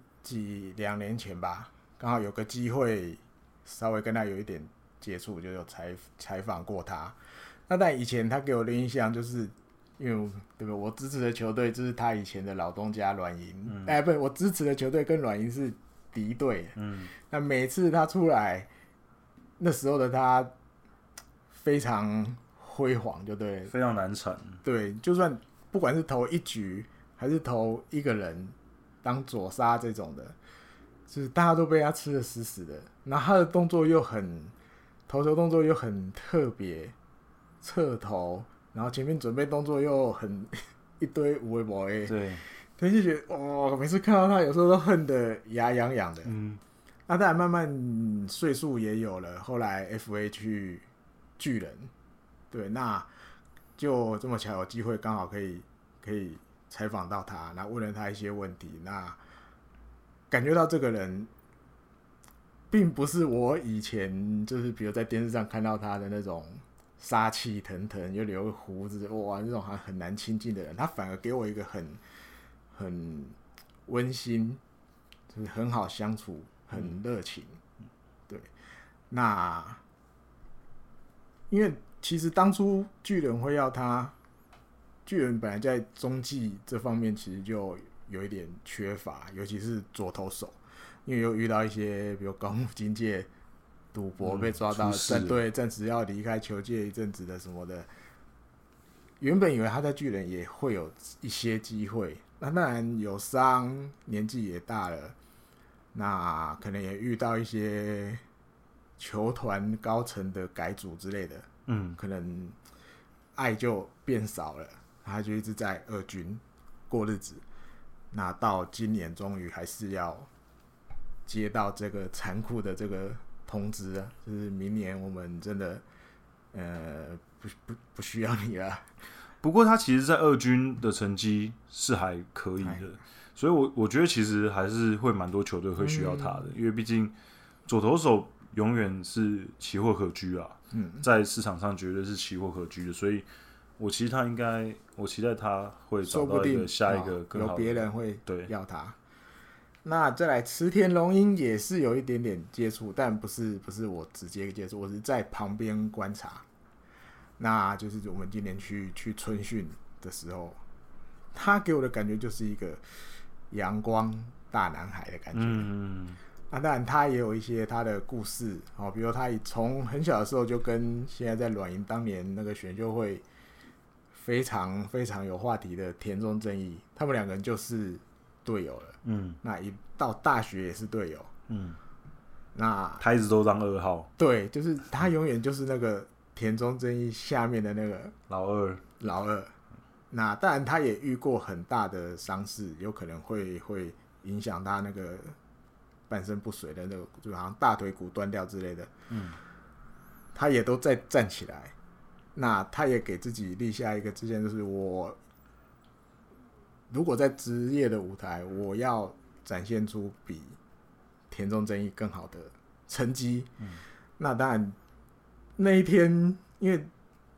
2年前吧，刚好有个机会稍微跟他有一点接触，就有采访过他。那但以前他给我的印象就是，因为对不对，我支持的球队就是他以前的老东家软银，不是，我支持的球队跟软银是敌对。那每次他出来，那时候的他非常辉煌，就对了， 非常难产。 对，就算不管是投一局还是投一个人当左杀这种的，就是大家都被他吃得死死的。然后他的动作又投球动作又很特别，侧投，然后前面准备动作又很一堆无为博诶，对，就觉得哇，每次看到他有时候都恨得牙痒痒的。那当然慢慢岁数也有了，后来 FA 去巨人，对，那就这么巧有机会刚好可以采访到他，那问了他一些问题，那感觉到这个人并不是我以前就是比如在电视上看到他的那种杀气腾腾又留胡子，哇，那种很难亲近的人，他反而给我一个很温馨，就是很好相处，很热情。对，那因为其实当初巨人会要他，巨人本来在中继这方面其实就有一点缺乏，尤其是左投手，因为有遇到一些比如高木金介赌博被抓到，暂时要离开球界一阵子的什么的。原本以为他在巨人也会有一些机会，那当然有伤，年纪也大了，那可能也遇到一些球团高层的改组之类的，可能爱就变少了，他就一直在二军过日子。那到今年终于还是要接到这个残酷的这个通知啊，就是明年我们真的不需要你了。 不过他其实，在二军的成绩是还可以的，所以我觉得其实还是会蛮多球队会需要他的，因为毕竟左投手永远是奇货可居啊，在市场上绝对是奇货可居的，所以我期待他会找到一个下一个更好的， 有别人会要他。那再来池田龙鹰也是有一点点接触，但不是我直接接触，我是在旁边观察。那就是我们今年去春训的时候，他给我的感觉就是一个阳光大男孩的感觉。那当然他也有一些他的故事，比如他从很小的时候就跟现在在软银当年那个选秀会非常非常有话题的田中正义，他们2个人就是队友了。那一到大学也是队友。那他一直都当2号。 对，就是他永远就是那个田中正义下面的那个老二， 那当然他也遇过很大的伤势，有可能会影响他那个半身不遂的那个，就好像大腿骨断掉之类的。他也都再站起来。那他也给自己立下一个志向，就是我如果在职业的舞台，我要展现出比田中正义更好的成绩。那当然那一天，因为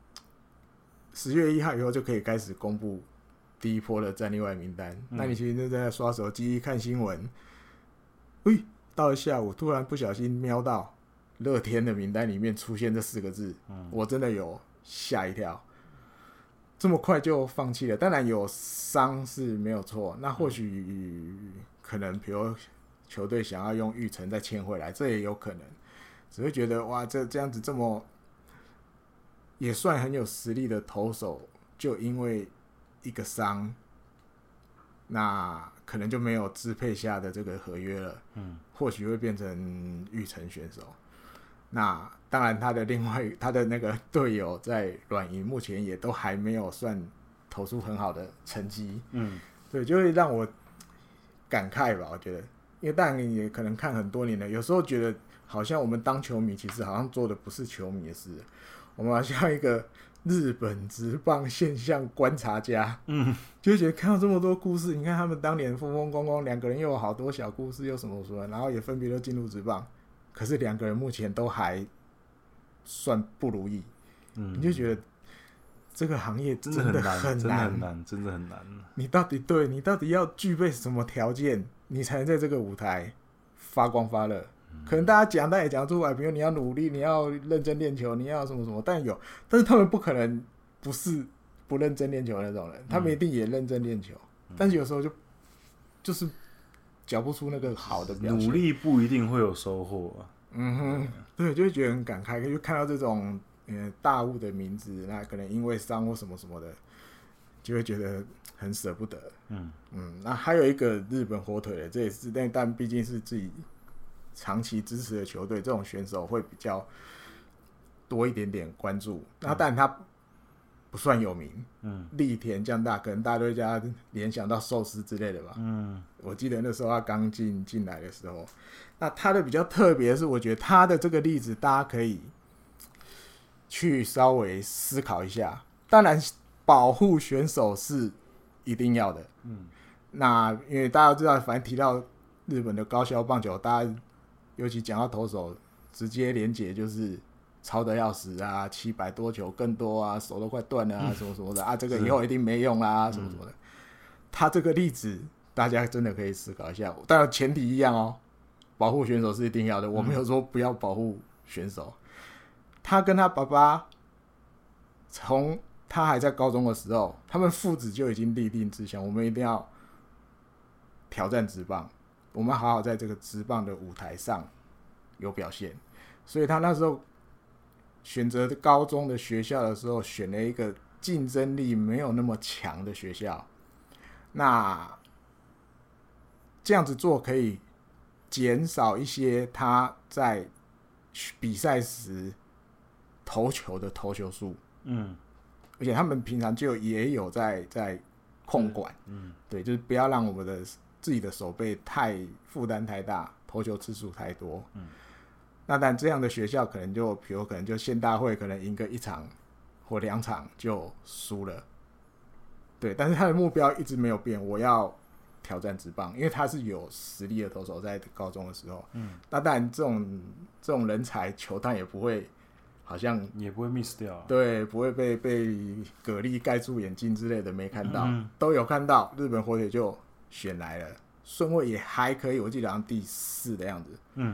10月1号以后就可以开始公布第一波的战力外名单。那你其实就在刷手机看新闻，到了下午突然不小心瞄到乐天的名单里面出现这4个字，我真的有吓一跳。这么快就放弃了？当然有伤是没有错，那或许可能比如球队想要用玉成再签回来，这也有可能。只会觉得哇，这样子这么也算很有实力的投手，就因为一个伤，那可能就没有支配下的这个合约了。或许会变成玉成选手。那当然，他的那个队友在软银目前也都还没有算投出很好的成绩。对，就会让我感慨吧。我觉得，因为当然也可能看很多年了，有时候觉得好像我们当球迷，其实好像做的不是球迷的事，我们好像一个日本职棒现象观察家。就会觉得看到这么多故事，你看他们当年风风光光，2个人又有好多小故事，又什么什么，然后也分别都进入职棒。可是2个人目前都还算不如意。你就觉得这个行业真的很难， 真的很难。 你到底要具备什么条件，你才能在这个舞台发光发热？可能大家也讲出来，比如你要努力，你要认真练球，你要什么什么，但是他们不可能不是不认真练球的那种人，他们一定也认真练球，但是有时候就是缴不出那个好的表现， 努力不一定会有收获啊。 对，就会觉得很感慨，就看到这种大物的名字，那可能因为伤或什么什么的，就会觉得很舍不得。那还有一个日本火腿的，这也是，但毕竟是自己长期支持的球队，这种选手会比较多一点点关注。那当然他不算有名，栗田将大，可能大家都会叫他联想到寿司之类的吧。我记得那时候他刚进来的时候，那他的比较特别的是，我觉得他的这个例子大家可以去稍微思考一下。当然，保护选手是一定要的。那因为大家都知道，反正提到日本的高校棒球，大家尤其讲到投手，直接连结就是超得要死啊，700多球更多啊，手都快断了啊，什么什么的啊，这个以后一定没用啦，什么什么的。他这个例子，大家真的可以思考一下。当然前提一样哦，保护选手是一定要的。我没有说不要保护选手。他跟他爸爸从他还在高中的时候，他们父子就已经立定志向，我们一定要挑战职棒，我们好好在这个职棒的舞台上有表现。所以他那时候选择高中的学校的时候，选了一个竞争力没有那么强的学校。那这样子做可以减少一些他在比赛时投球的投球数。而且他们平常就也有在控管。对，就是不要让我们的自己的手背负担太大，投球次数太多。那但这样的学校可能就县大会可能赢个1场或2场就输了。对，但是他的目标一直没有变，我要挑战职棒，因为他是有实力的投手，在高中的时候。那当然这种人才，球探也不会好像也不会 miss 掉。 对，不会被蛤蜊盖住眼睛之类的，没看到，都有看到。日本火腿就选来了，顺位也还可以，我记得好像第4的样子。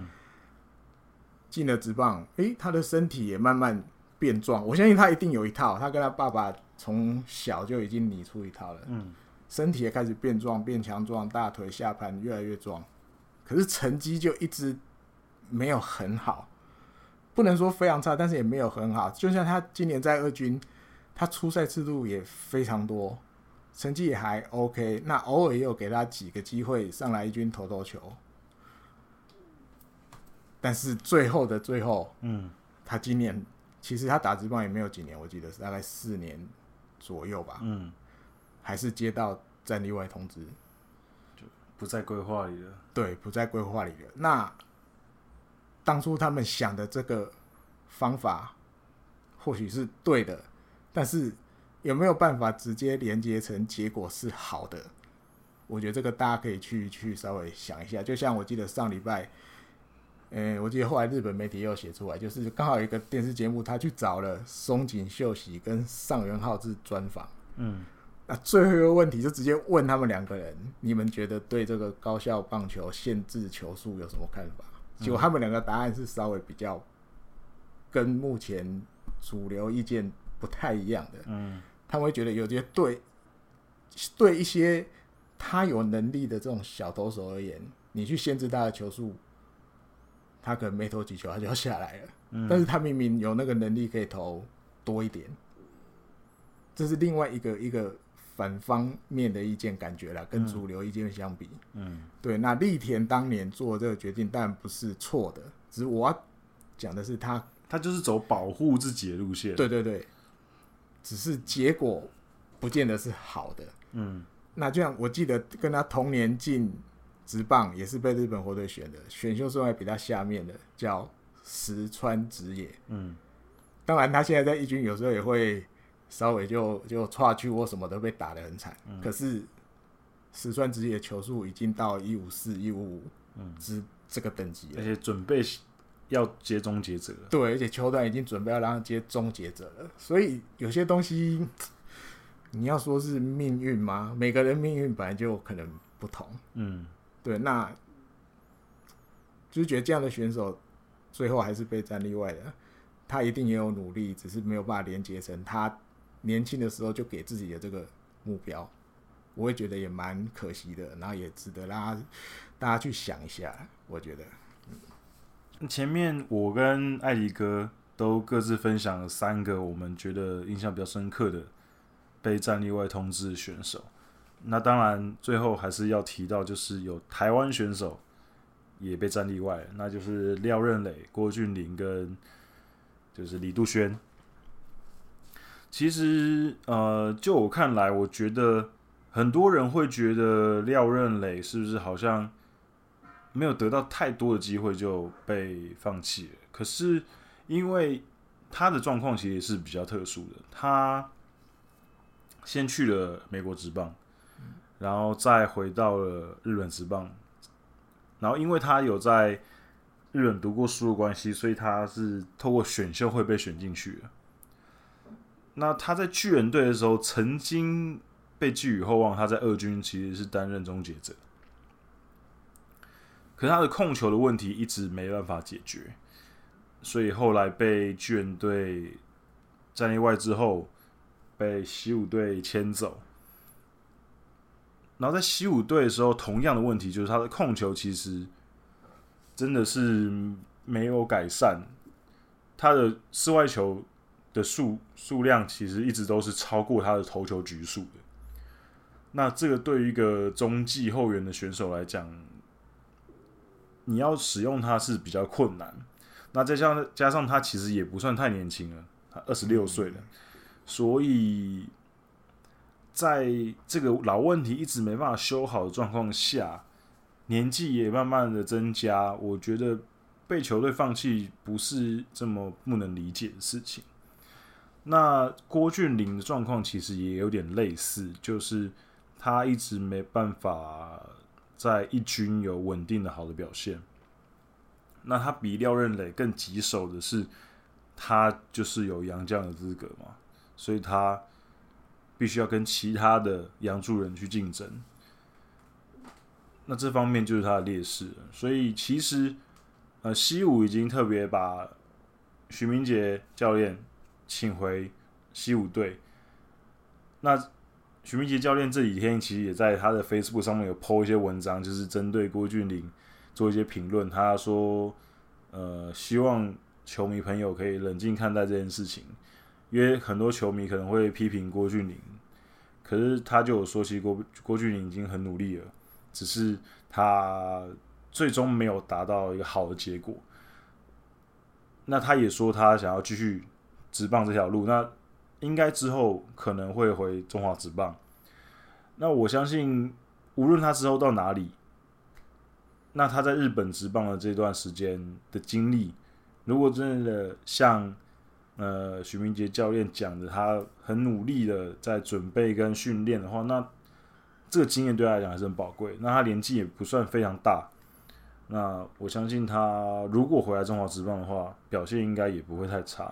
进了职棒，他的身体也慢慢变壮，我相信他一定有一套，他跟他爸爸从小就已经拟出一套了。身体也开始变壮变强壮，大腿下盘越来越壮，可是成绩就一直没有很好，不能说非常差，但是也没有很好。就像他今年在2军，他出赛次数也非常多，成绩也还 OK， 那偶尔也有给他几个机会上来1军投球，但是最后的最后，他今年其实他打职棒也没有几年，我记得是大概4年左右吧，还是接到战力外通知， 就不在规划里了。 对，不在规划里了。那当初他们想的这个方法或许是对的，但是有没有办法直接连接成结果是好的？我觉得这个大家可以去稍微想一下。就像我记得上礼拜，我记得后来日本媒体也有写出来，就是刚好有一个电视节目，他去找了松井秀喜跟上原浩治专访。那最后一个问题就直接问他们2个人，你们觉得对这个高校棒球限制球数有什么看法？结果他们2个答案是稍微比较跟目前主流意见不太一样的。他们会觉得有些对一些他有能力的这种小投手而言，你去限制他的球数，他可能没投几球他就要下来了。但是他明明有那个能力可以投多一点，这是另外一个反方面的意见感觉啦，跟主流意见相比。对，那栗田当年做这个决定当然不是错的，只是我要讲的是他就是走保护自己的路线。 对对对，只是结果不见得是好的。那就像我记得跟他同年进职棒，也是被日本火腿选的，选秀顺位比他下面的叫石川直也。当然他现在在一军有时候也会稍微就岔去或什么都被打得很惨。可是石川直也的球速已经到154、155这个等级了， 而且准备要接终结者了。 对，而且球团已经准备要让他接终结者了。所以有些东西你要说是命运吗？每个人命运本来就可能不同。对，那就是觉得这样的选手最后还是被战例外的。他一定也有努力，只是没有办法连接成他年轻的时候就给自己的这个目标。我会觉得也蛮可惜的，然后也值得让大家去想一下。我觉得前面我跟艾迪哥都各自分享了3个我们觉得印象比较深刻的被战例外通知的选手。那当然最后还是要提到，就是有台湾选手也被战例外了，那就是廖任磊、郭俊麟跟就是李杜轩。其实就我看来，我觉得很多人会觉得廖任磊是不是好像没有得到太多的机会就被放弃了。可是因为他的状况其实是比较特殊的，他先去了美国职棒，然后再回到了日本职棒，然后因为他有在日本读过书的关系，所以他是透过选秀会被选进去的。那他在巨人队的时候曾经被寄予厚望，他在二军其实是担任终结者，可是他的控球的问题一直没办法解决，所以后来被巨人队战例外之后被西武队牵走。然后在西武队的时候，同样的问题就是他的控球其实真的是没有改善，他的室外球的数量其实一直都是超过他的投球局数的。那这个对于一个中继后援的选手来讲，你要使用它是比较困难。那再加上他其实也不算太年轻了，他26岁了，所以在这个老问题一直没办法修好的状况下，年纪也慢慢的增加，我觉得被球队放弃不是这么不能理解的事情。那郭俊麟的状况其实也有点类似，就是他一直没办法在一军有稳定的好的表现。那他比廖任磊更棘手的是，他就是有洋将的资格嘛，所以他必须要跟其他的洋助人去竞争。那这方面就是他的劣势了。所以其实西武已经特别把许明杰教练请回西武队。那许明杰教练这几天其实也在他的 Facebook 上面有 po 一些文章，就是针对郭俊麟做一些评论。他说希望球迷朋友可以冷静看待这件事情，因为很多球迷可能会批评郭俊麟，可是他就有说，其实郭俊麟已经很努力了，只是他最终没有达到一个好的结果。那他也说他想要继续职棒这条路，那应该之后可能会回中华职棒。那我相信，无论他之后到哪里，那他在日本职棒的这段时间的经历，如果真的像许明杰教练讲的，他很努力的在准备跟训练的话，那这个经验对他来讲还是很宝贵。那他年纪也不算非常大，那我相信他如果回来中华职棒的话，表现应该也不会太差。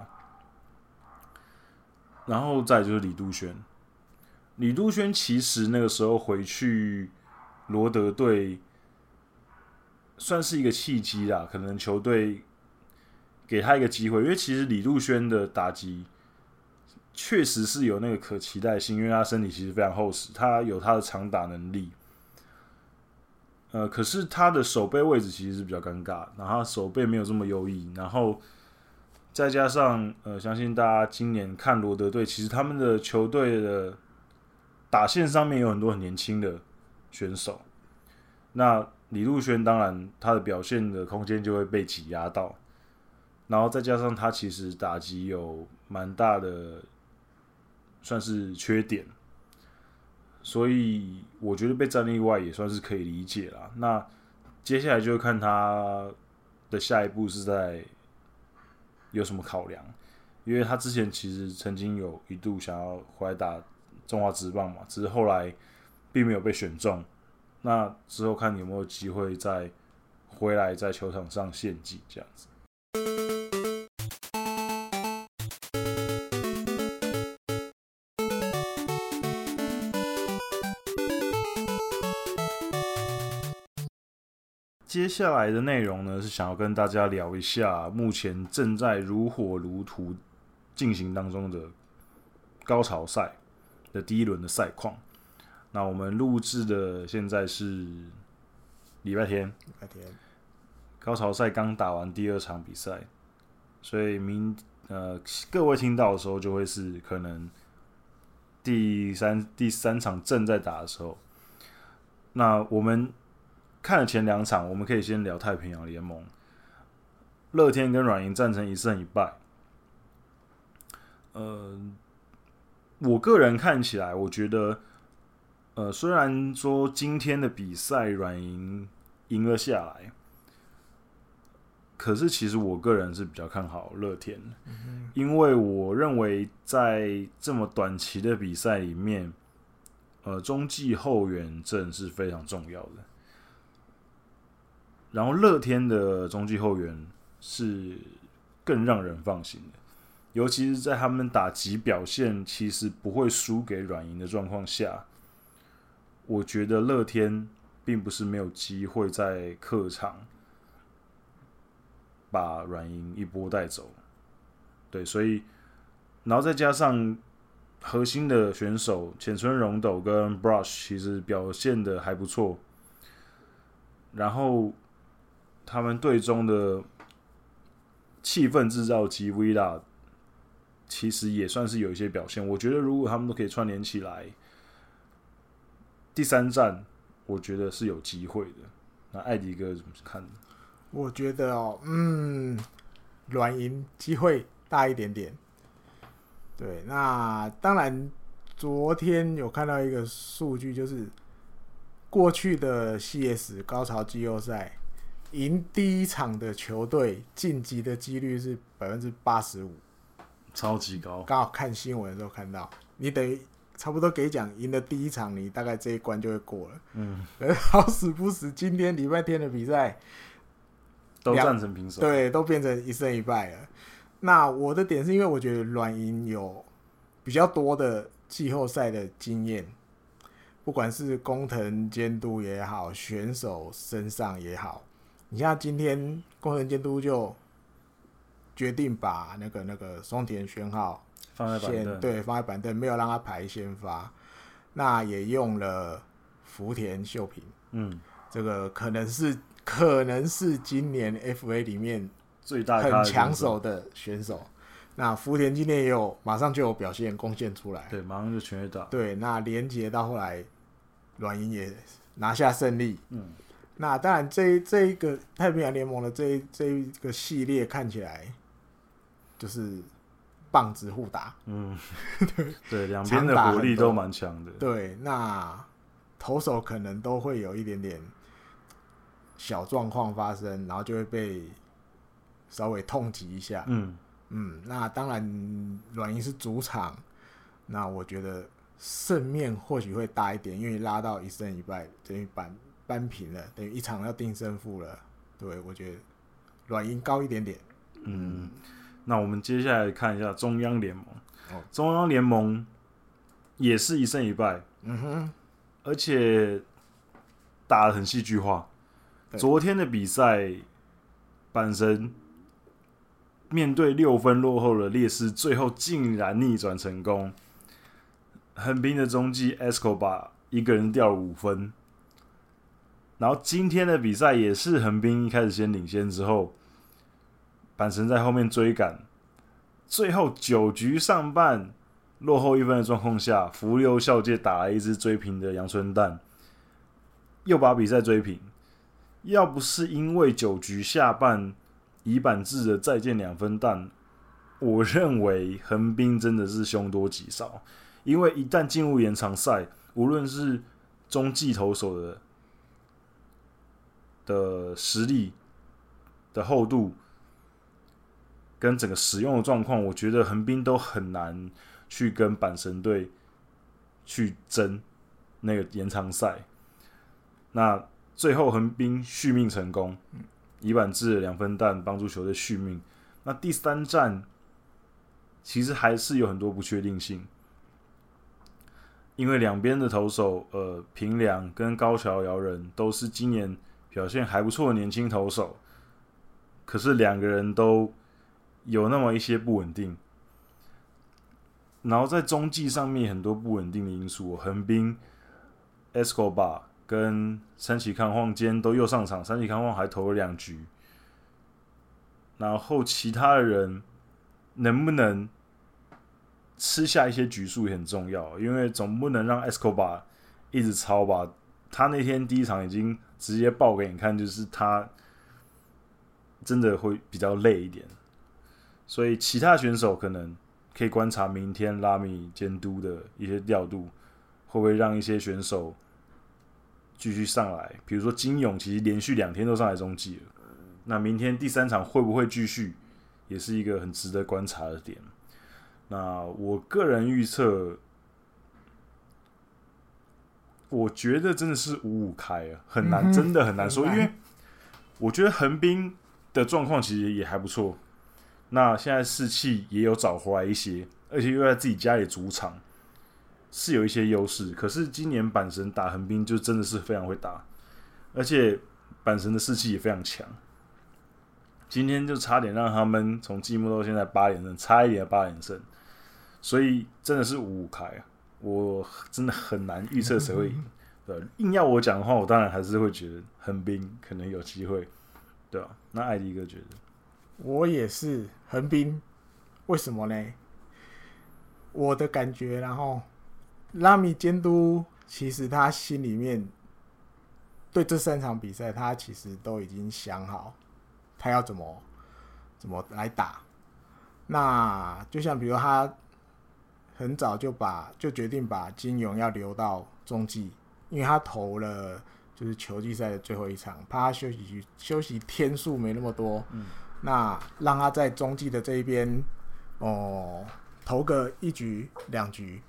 然后再就是李杜轩，李杜轩其实那个时候回去罗德队算是一个契机啦，可能球队给他一个机会，因为其实李杜轩的打击确实是有那个可期待性，因为他身体其实非常厚实，他有他的长打能力。可是他的守备位置其实是比较尴尬，然后他守备没有这么优异，然后再加上相信大家今年看罗德队，其实他们的球队的打线上面有很多很年轻的选手，那李杜轩当然他的表现的空间就会被挤压到，然后再加上他其实打击有蛮大的算是缺点，所以我觉得被战力外也算是可以理解啦。那接下来就看他的下一步是在有什么考量，因为他之前其实曾经有一度想要回来打中华职棒嘛，只是后来并没有被选中。那之后看有没有机会再回来在球场上献技这样子。接下来的内容呢，是想要跟大家聊一下目前正在如火如荼进行当中的高潮赛的第一轮的赛况。那我们录制的现在是礼拜天，高潮赛刚打完第2场比赛，所以各位听到的时候就会是可能第三场正在打的时候。那我们看了前2场，我们可以先聊太平洋联盟，乐天跟软银战成1胜1败。我个人看起来，我觉得，虽然说今天的比赛软银赢了下来，可是其实我个人是比较看好乐天，因为我认为在这么短期的比赛里面，中继后援阵是非常重要的。然后乐天的中继后援是更让人放心的，尤其是在他们打击表现其实不会输给软银的状况下，我觉得乐天并不是没有机会在客场把软银一波带走。对，所以然后再加上核心的选手浅村荣斗跟 Brush 其实表现的还不错，然后他们队中的气氛制造机 Villa 其实也算是有一些表现。我觉得如果他们都可以串联起来，第3战我觉得是有机会的。那艾迪哥怎么看？ 我觉得软银机会大一点点。对，那当然昨天有看到一个数据，就是过去的 CS 高潮季后赛赢第1场的球队晋级的几率是85%， 超级高。 刚好看新闻的时候看到，你等于差不多给讲赢了第1场，你大概这一关就会过了。好死不死，今天礼拜天的比赛都战成平手， 对，都变成1胜1败了。那我的点是因为我觉得软银有比较多的季后赛的经验，不管是工藤监督也好，选手身上也好。你像今天工藤监督就决定把那个松田宣浩放在板凳， 对，放在板凳，没有让他排先发。那也用了福田秀平，这个可能是今年 FA 里面最大很抢手的选手。那福田今天也有马上就有表现贡献出来， 对，马上就全垒打。 对，那连结到后来，软银也拿下胜利。那当然这一个太平洋联盟的这一个系列看起来就是棒子互打， 对，两边的火力都蛮强的。 对，那投手可能都会有一点点小状况发生，然后就会被稍微痛击一下。那当然软银是主场，那我觉得胜面或许会大一点，因为拉到1胜1败，等于扳平了，等于一场要定胜负了。对，我觉得软银高一点点。 那我们接下来看一下中央联盟。中央联盟也是1胜1败，而且打得很戏剧化。昨天的比赛，阪神面对6分落后的劣势，最后竟然逆转成功。横滨的中继 Escobar 一个人掉了5分，然后今天的比赛也是横滨一开始先领先之后，阪神在后面追赶，最后9局上半落后1分的状况下，福溜孝介打了一支追平的阳春蛋，又把比赛追平。要不是因为9局下半乙板制的再见2分弹，我认为横滨真的是凶多吉少。因为一旦进入延长赛，无论是中继投手的实力的厚度，跟整个使用的状况，我觉得横滨都很难去跟阪神队去争那个延长赛。那最后横滨续命成功，乙板制的2分弹帮助球队续命。那第3战其实还是有很多不确定性。因为两边的投手，平良跟高桥遥人都是今年表现还不错的年轻投手，可是两个人都有那么一些不稳定，然后在中继上面很多不稳定的因素。横滨 Escobar 跟山崎康晃今天都又上场，山崎康晃还投了2局，然后其他的人能不能吃下一些局数也很重要，因为总不能让 Escobar 一直超吧。他那天第一场已经直接爆给你看，就是他真的会比较累一点，所以其他选手可能可以观察明天拉米监督的一些调度，会不会让一些选手继续上来。比如说金勇其实连续2天都上来中继了，那明天第3场会不会继续，也是一个很值得观察的点。那我个人预测，我觉得真的是5-5开啊，很难，真的很难说，因为我觉得横滨的状况其实也还不错，那现在士气也有找回来一些，而且又在自己家里主场，是有一些优势。可是今年阪神打横滨就真的是非常会打，而且阪神的士气也非常强。今天就差点让他们从季末到现在8连胜，差一点的8连胜，所以真的是5-5开啊！我真的很难预测谁会赢。对，硬要我讲的话，我当然还是会觉得横滨可能有机会，对吧？那艾迪哥觉得？ 我也是横滨，为什么呢？我的感觉，然后拉米监督其实他心里面对这3场比赛，他其实都已经想好，他要怎么来打。那就像比如他很早就决定把金勇要留到中继，因为他投了就是球季赛的最后一场，怕他休息天数没那么多，那让他在中继的这一边投个1局2局，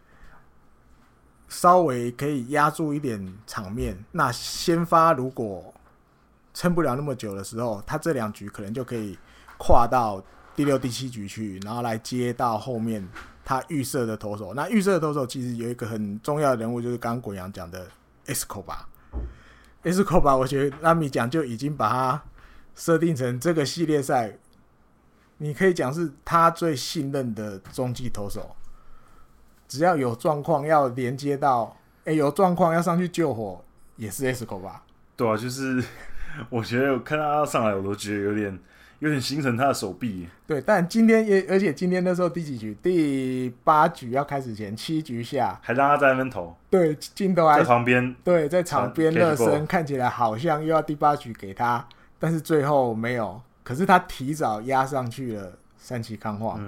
稍微可以压住一点场面。那先发如果撑不了那么久的时候，他这2局可能就可以跨到第6、第7局去，然后来接到后面他预设的投手。那预设的投手其实有一个很重要的人物，就是刚刚滚阳讲的 Escobar。Escobar 我觉得拉米讲就已经把他设定成这个系列赛，你可以讲是他最信任的中继投手。只要有状况要连接到，有状况要上去救火，也是 Escobar。 对啊，就是我觉得我看他上来，我都觉得有点心疼他的手臂。 对，但今天而且今天那时候第几局？第8局要开始前7局下， 还让他在那边投。 对，镜头还在旁边， 对，在场边热身，看起来好像又要第8局给他，但是最后没有。可是他提早压上去了山崎康晃。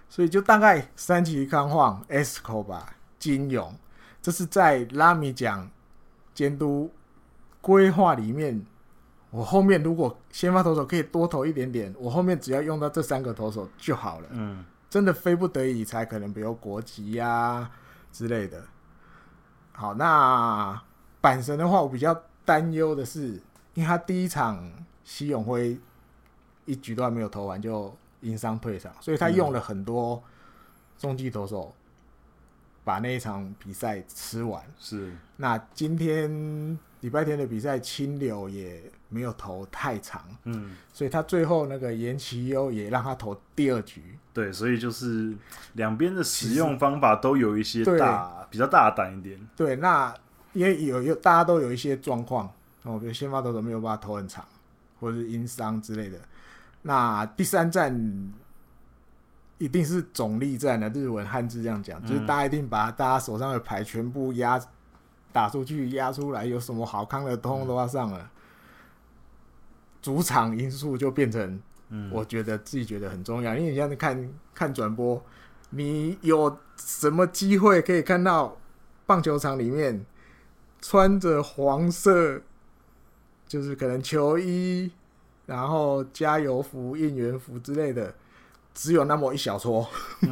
所以就大概三崎康晃、Escobar、金勇，这是在拉米奖监督规划里面，我后面如果先发投手可以多投一点点，我后面只要用到这3个投手就好了。真的非不得已才可能比如国籍啊之类的。好，那阪神的话，我比较担忧的是，因为他第一场西永辉一局都还没有投完就因伤退场，所以他用了很多中继投手把那一场比赛吃完。 是， 那今天礼拜天的比赛，清流也没有投太长，所以他最后那个岩崎优也让他投第2局。 对，所以就是两边的使用方法都有一些比较大胆一点。 对，那因为大家都有一些状况，比如先发投手没有办法投很长，或者是因伤之类的。那第3战一定是总力战的，日文汉字这样讲，就是大家一定把大家手上的牌全部打出去，压出来，有什么好康的通通都要上了。主场因素就变成，我觉得自己觉得很重要，因为你现在看转播，你有什么机会可以看到棒球场里面穿着黄色，就是可能球衣，然后加油服、应援服之类的，只有那么一小撮，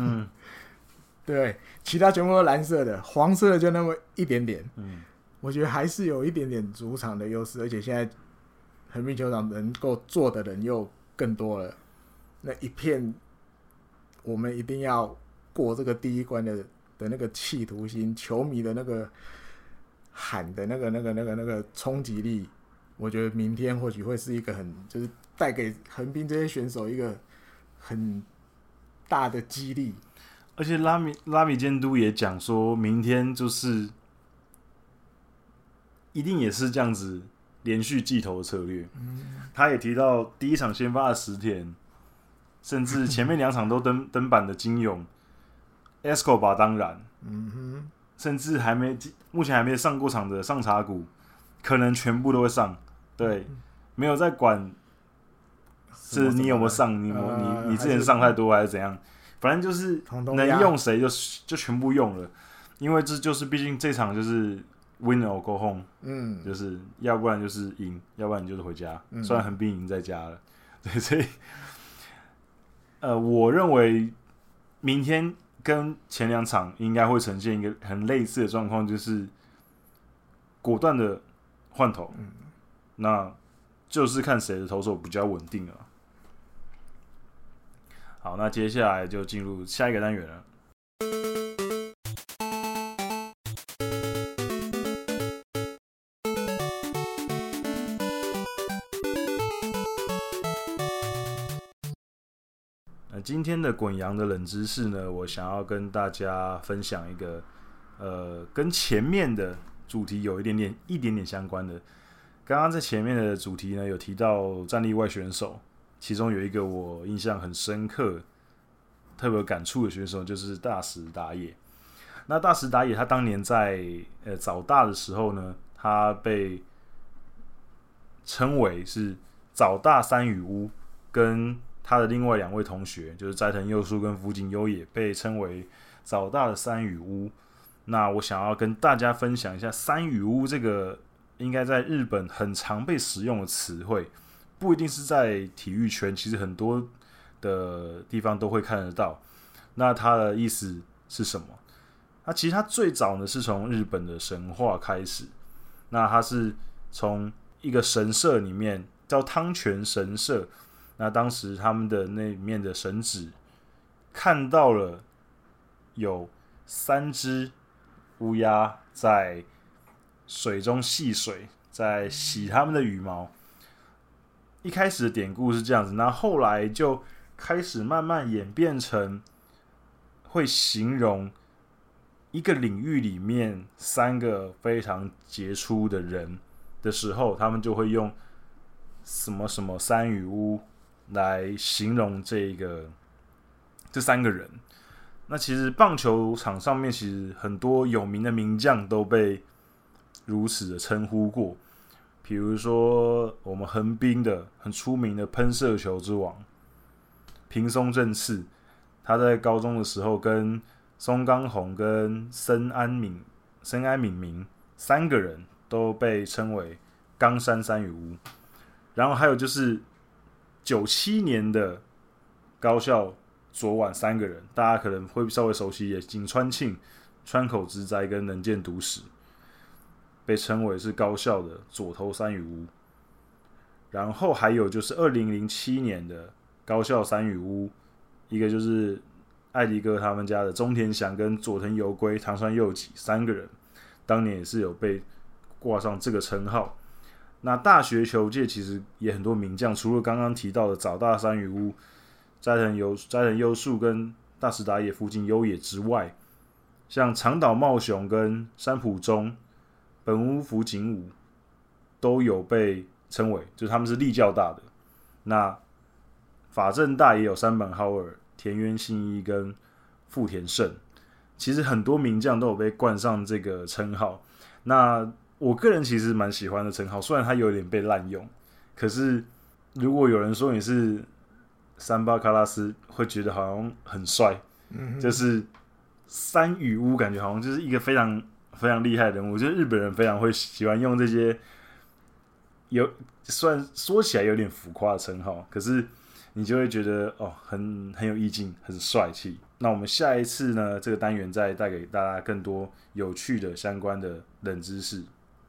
对，其他全部都蓝色的，黄色的就那么一点点，我觉得还是有一点点主场的优势，而且现在横滨球场能够坐的人又更多了，那一片我们一定要过这个第一关的那个企图心，球迷的那个喊的那个冲击力，我觉得明天或许会是一个就是带给横滨这些选手一个很大的激励。 而且拉米监督也讲说，明天就是一定也是这样子连续季投的策略。他也提到第一场先发的10田，甚至前面2场都登板的金勇，Escobar 当然，甚至目前还没上过场的上茶谷，可能全部都会上。对，没有在管是你有没有上，你之前上太多还是怎样，反正就是能用谁就全部用了，因为这就是毕竟这场就是 win or go home，就是要不然就是赢，要不然你就是回家。虽然横滨赢在家了，对，所以我认为明天跟前2场应该会呈现一个很类似的状况，就是果断的换投，那就是看谁的投手比较稳定了。好，那接下来就进入下一个单元了。今天的滚羊的冷知识呢，我想要跟大家分享一个跟前面的主题有一点点相关的。刚刚在前面的主题呢，有提到战力外选手，其中有一个我印象很深刻、特别有感触的选手，就是大石打野。那大石打野他当年在早大的时候呢，他被称为是早大三羽屋，跟他的另外2位同学，就是斋藤佑树跟福井优也，被称为早大的三羽屋。那我想要跟大家分享一下三羽屋这个应该在日本很常被使用的词汇，不一定是在体育圈，其实很多的地方都会看得到。那它的意思是什么？其实它最早呢是从日本的神话开始，那它是从一个神社里面叫汤泉神社，那当时他们的那里面的神祇看到了有3只乌鸦在水中戏水，在洗他们的羽毛。一开始的典故是这样子，那后来就开始慢慢演变成会形容一个领域里面3个非常杰出的人的时候，他们就会用什么什么三羽屋来形容这3个人。那其实棒球场上面其实很多有名的名将都被如此的称呼过，比如说我们横滨的很出名的喷射球之王平松正次， 他在高中的时候跟松冈弘跟森安敏明3个人都被称为冈山三羽屋。然后还有就是97年的高校左腕3个人，大家可能会稍微熟悉，也井川庆、川口直哉跟能见笃史，被称为是高校的左投三羽屋。然后还有就是2007年的高校三羽屋，一个就是艾迪哥他们家的中田翔跟佐藤由圭、唐川佑己3个人，当年也是有被挂上这个称号。那大学球界其实也很多名将，除了刚刚提到的早大三羽屋、斋藤优树跟大石打野附近优野之外，像长岛茂雄跟山浦忠、本屋福景武都有被称为，就是他们是立教大的。那法政大也有山本浩二、田园信一跟富田胜，其实很多名将都有被冠上这个称号。那我个人其实蛮喜欢的称号，虽然它有点被滥用，可是如果有人说你是三巴卡拉斯，会觉得好像很帅，就是三羽屋，感觉好像就是一个非常非常厉害的人物。我觉得日本人非常会喜欢用这些虽然说起来有点浮夸的称号，可是你就会觉得很有意境，很帅气。那我们下一次呢，这个单元再带给大家更多有趣的相关的冷知识。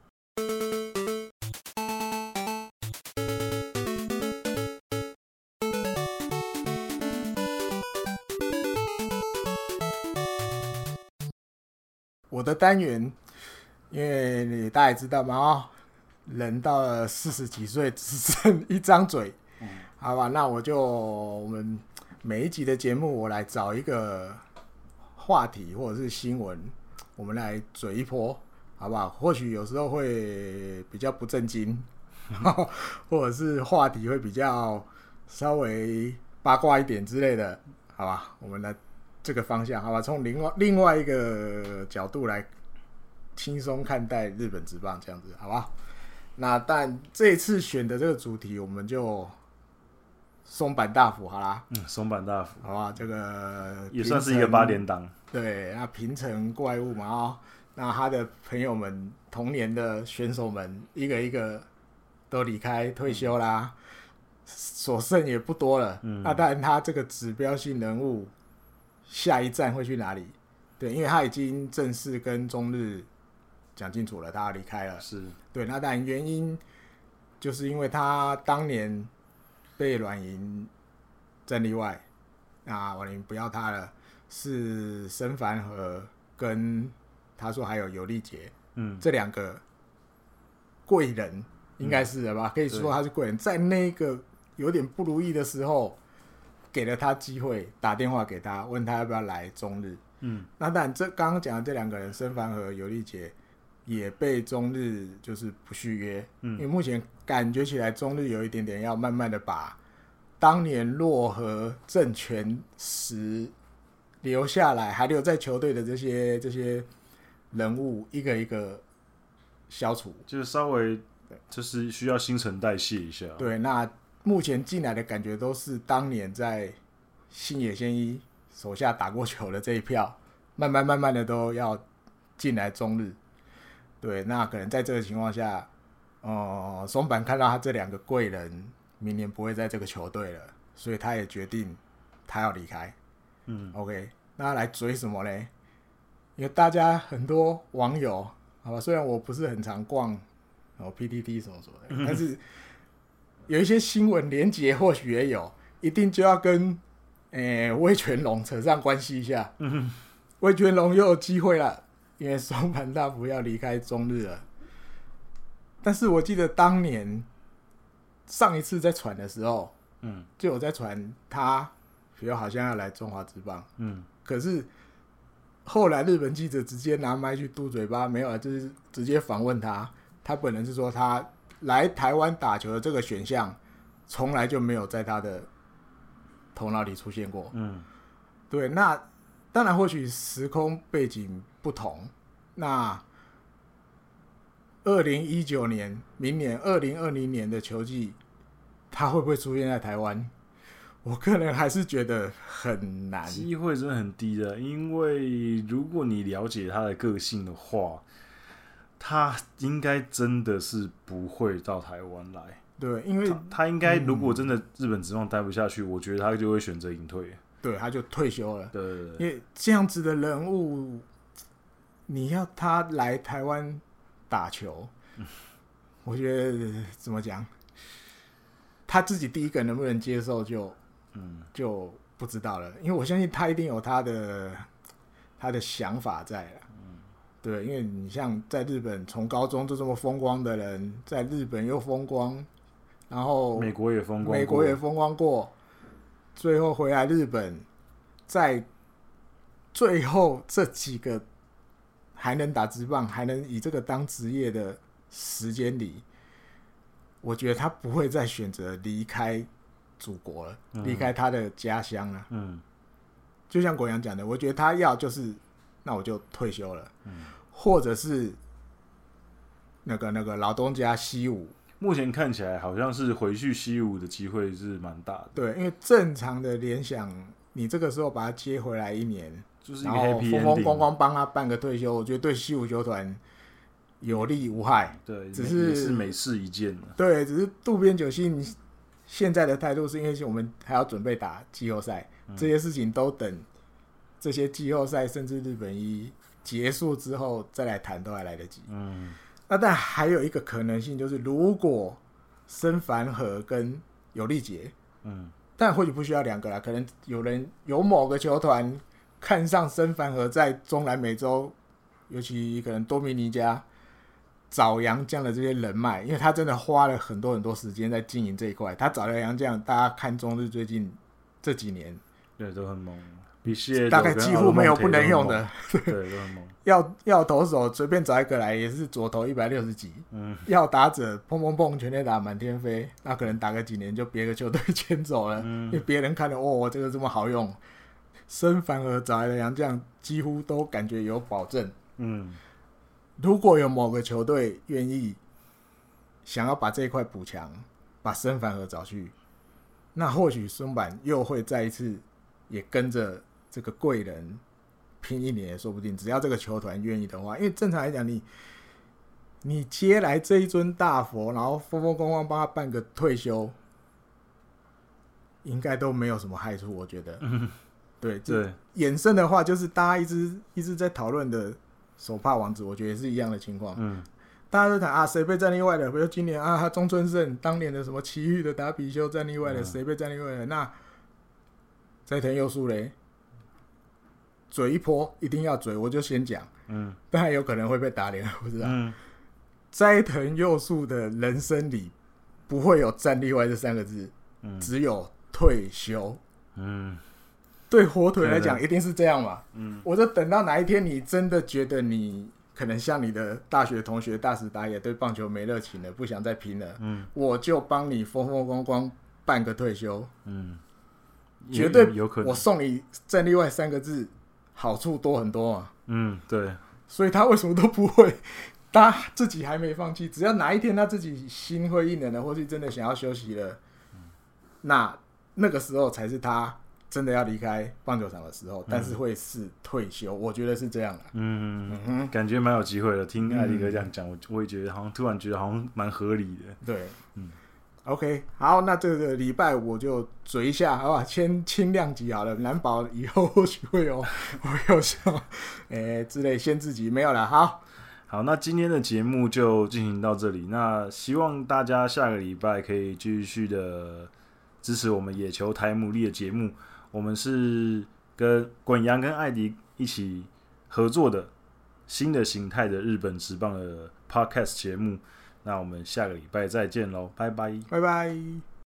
我的单元，因为大家也知道嘛，人到了40几岁只剩一张嘴，好吧，那我们每一集的节目，我来找一个话题或者是新闻，我们来嘴一波，好不好？或许有时候会比较不正经，或者是话题会比较稍微八卦一点之类的，好吧？我们来这个方向，好吧？从另外一个角度来轻松看待日本职棒，这样子，好不好？那但这一次选的这个主题，我们就松坂大辅，好啦， 松坂大辅， 好吧，这个也算是一个8连档， 对，那平成怪物嘛，那他的朋友们，同年的选手们，一个一个都离开退休啦，所剩也不多了。那当然，他这个指标性人物，下一站会去哪里？对，因为他已经正式跟中日讲清楚了，他要离开了。 是， 对，那当然原因就是因为他当年被软银战例外，那软银不要他了，是森繁和跟他说还有游利杰，这2个贵人应该是的吧？可以说他是贵人，在那个有点不如意的时候，给了他机会，打电话给他，问他要不要来中日。那当然，这刚刚讲的这2个人，森繁和游利杰也被中日就是不续约，因为目前感觉起来中日有一点点要慢慢的把当年洛河政权时留下来还留在球队的这些人物一个一个消除， 就是稍微就是需要新陈代谢一下。 对，那目前进来的感觉都是当年在星野仙一手下打过球的这一票，慢慢的都要进来中日。对，那可能在这个情况下，松坂看到他这2个贵人明年不会在这个球队了，所以他也决定他要离开。OK， 那来追什么呢？因为大家很多网友，好吧，虽然我不是很常逛PTT 什么的，但是有一些新闻连结或许也有，一定就要跟味全龙扯上关系一下。味全龙又有机会了，因为松坂大辅要离开中日了。但是我记得当年上一次在传的时候，就有在传他，比如好像要来中华职棒，可是后来日本记者直接拿麦去嘟嘴巴，没有，就是直接访问他，他本人是说他来台湾打球的这个选项，从来就没有在他的头脑里出现过。对，那当然或许时空背景不同，那2019年明年2020年的球季，他会不会出现在台湾？ 我个人还是觉得很难， 机会真的很低的。因为如果你了解他的个性的话，他应该真的是不会到台湾来。 对，因为他应该如果真的日本职棒待不下去，我觉得他就会选择隐退。 对，他就退休了。 对， 因为这样子的人物，你要他来台湾打球，我觉得怎么讲，他自己第一个能不能接受就不知道了。因为我相信他一定有他的想法在了。对，因为你像在日本从高中就这么风光的人，在日本又风光，然后美国也风光过， 最后回来日本，在最后这几个还能打职棒，还能以这个当职业的时间里，我觉得他不会再选择离开祖国了，离开他的家乡了。就像国阳讲的，我觉得他要就是那我就退休了，或者是那个老东家西武。 目前看起来好像是回去西武的机会是蛮大的。 对，因为正常的联想，你这个时候把他接回来1年， 就是一个 happy 然后 ending， 风风光光帮他办个退休，我觉得对西武球团有利无害。 对， 只是也是美事一件了。 对，只是渡边久信现在的态度是因为我们还要准备打季后赛，这些事情都等这些季后赛甚至日本一结束之后再来谈都还来得及。那但还有一个可能性就是，如果森繁和跟有利杰，但或许不需要2个啦，可能有某个球团看上森繁和在中南美洲，尤其可能多米尼加找洋将的这些人脉，因为他真的花了很多时间在经营这一块。他找了洋将，大家看中日最近这几年， 对，都很猛，比谢大概几乎没有不能用的。 对，都很猛。 要投手随便找一个来也是左投160几，要打者砰砰砰全垒打满天飞，那可能打个几年就别个球队签走了，因为别人看了这个这么好用，森繁和找来的洋将几乎都感觉有保证。如果有某个球队愿意想要把这一块补强，把森繁和找去，那或许松坂又会再一次也跟着这个贵人拼1年也说不定，只要这个球团愿意的话。因为正常来讲，你接来这一尊大佛，然后风风光光帮他办个退休，应该都没有什么害处，我觉得。对，衍生的话就是大家一直在讨论的手帕王子，我觉得也是一样的情况。大家都谈谁被战例外的，比如今年他中村胜当年的什么奇遇的打比修战例外的，谁被战例外的？那斋藤佑树嘞，嘴一波一定要嘴，我就先讲，但还有可能会被打脸，不知道。斋藤佑树的人生里不会有战例外这3个字，只有退休。对火腿来讲一定是这样嘛。我就等到哪一天你真的觉得你可能像你的大学同学大石打野对棒球没热情了，不想再拼了，我就帮你风风光光办个退休。绝对有可能，我送你战例外3个字，好处多很多嘛。 对， 所以他为什么都不会？他自己还没放弃，只要哪一天他自己心灰意冷了，或是真的想要休息了，那个时候才是他真的要离开棒球场的时候，但是会是退休，我觉得是这样的。 感觉蛮有机会的。听艾迪哥这样讲，我也觉得突然觉得好像蛮合理的。 对，OK， 好，那这个礼拜我就嘴一下，好吧，先轻量级好了，难保以后或许会有像之类限制级没有了。 好，那今天的节目就进行到这里。那希望大家下个礼拜可以继续的支持我们野球台牡蛎的节目。我们是跟滚阳跟艾迪一起合作的新的形态的日本职棒的 Podcast 节目。那我们下个礼拜再见喽，拜拜， 拜拜。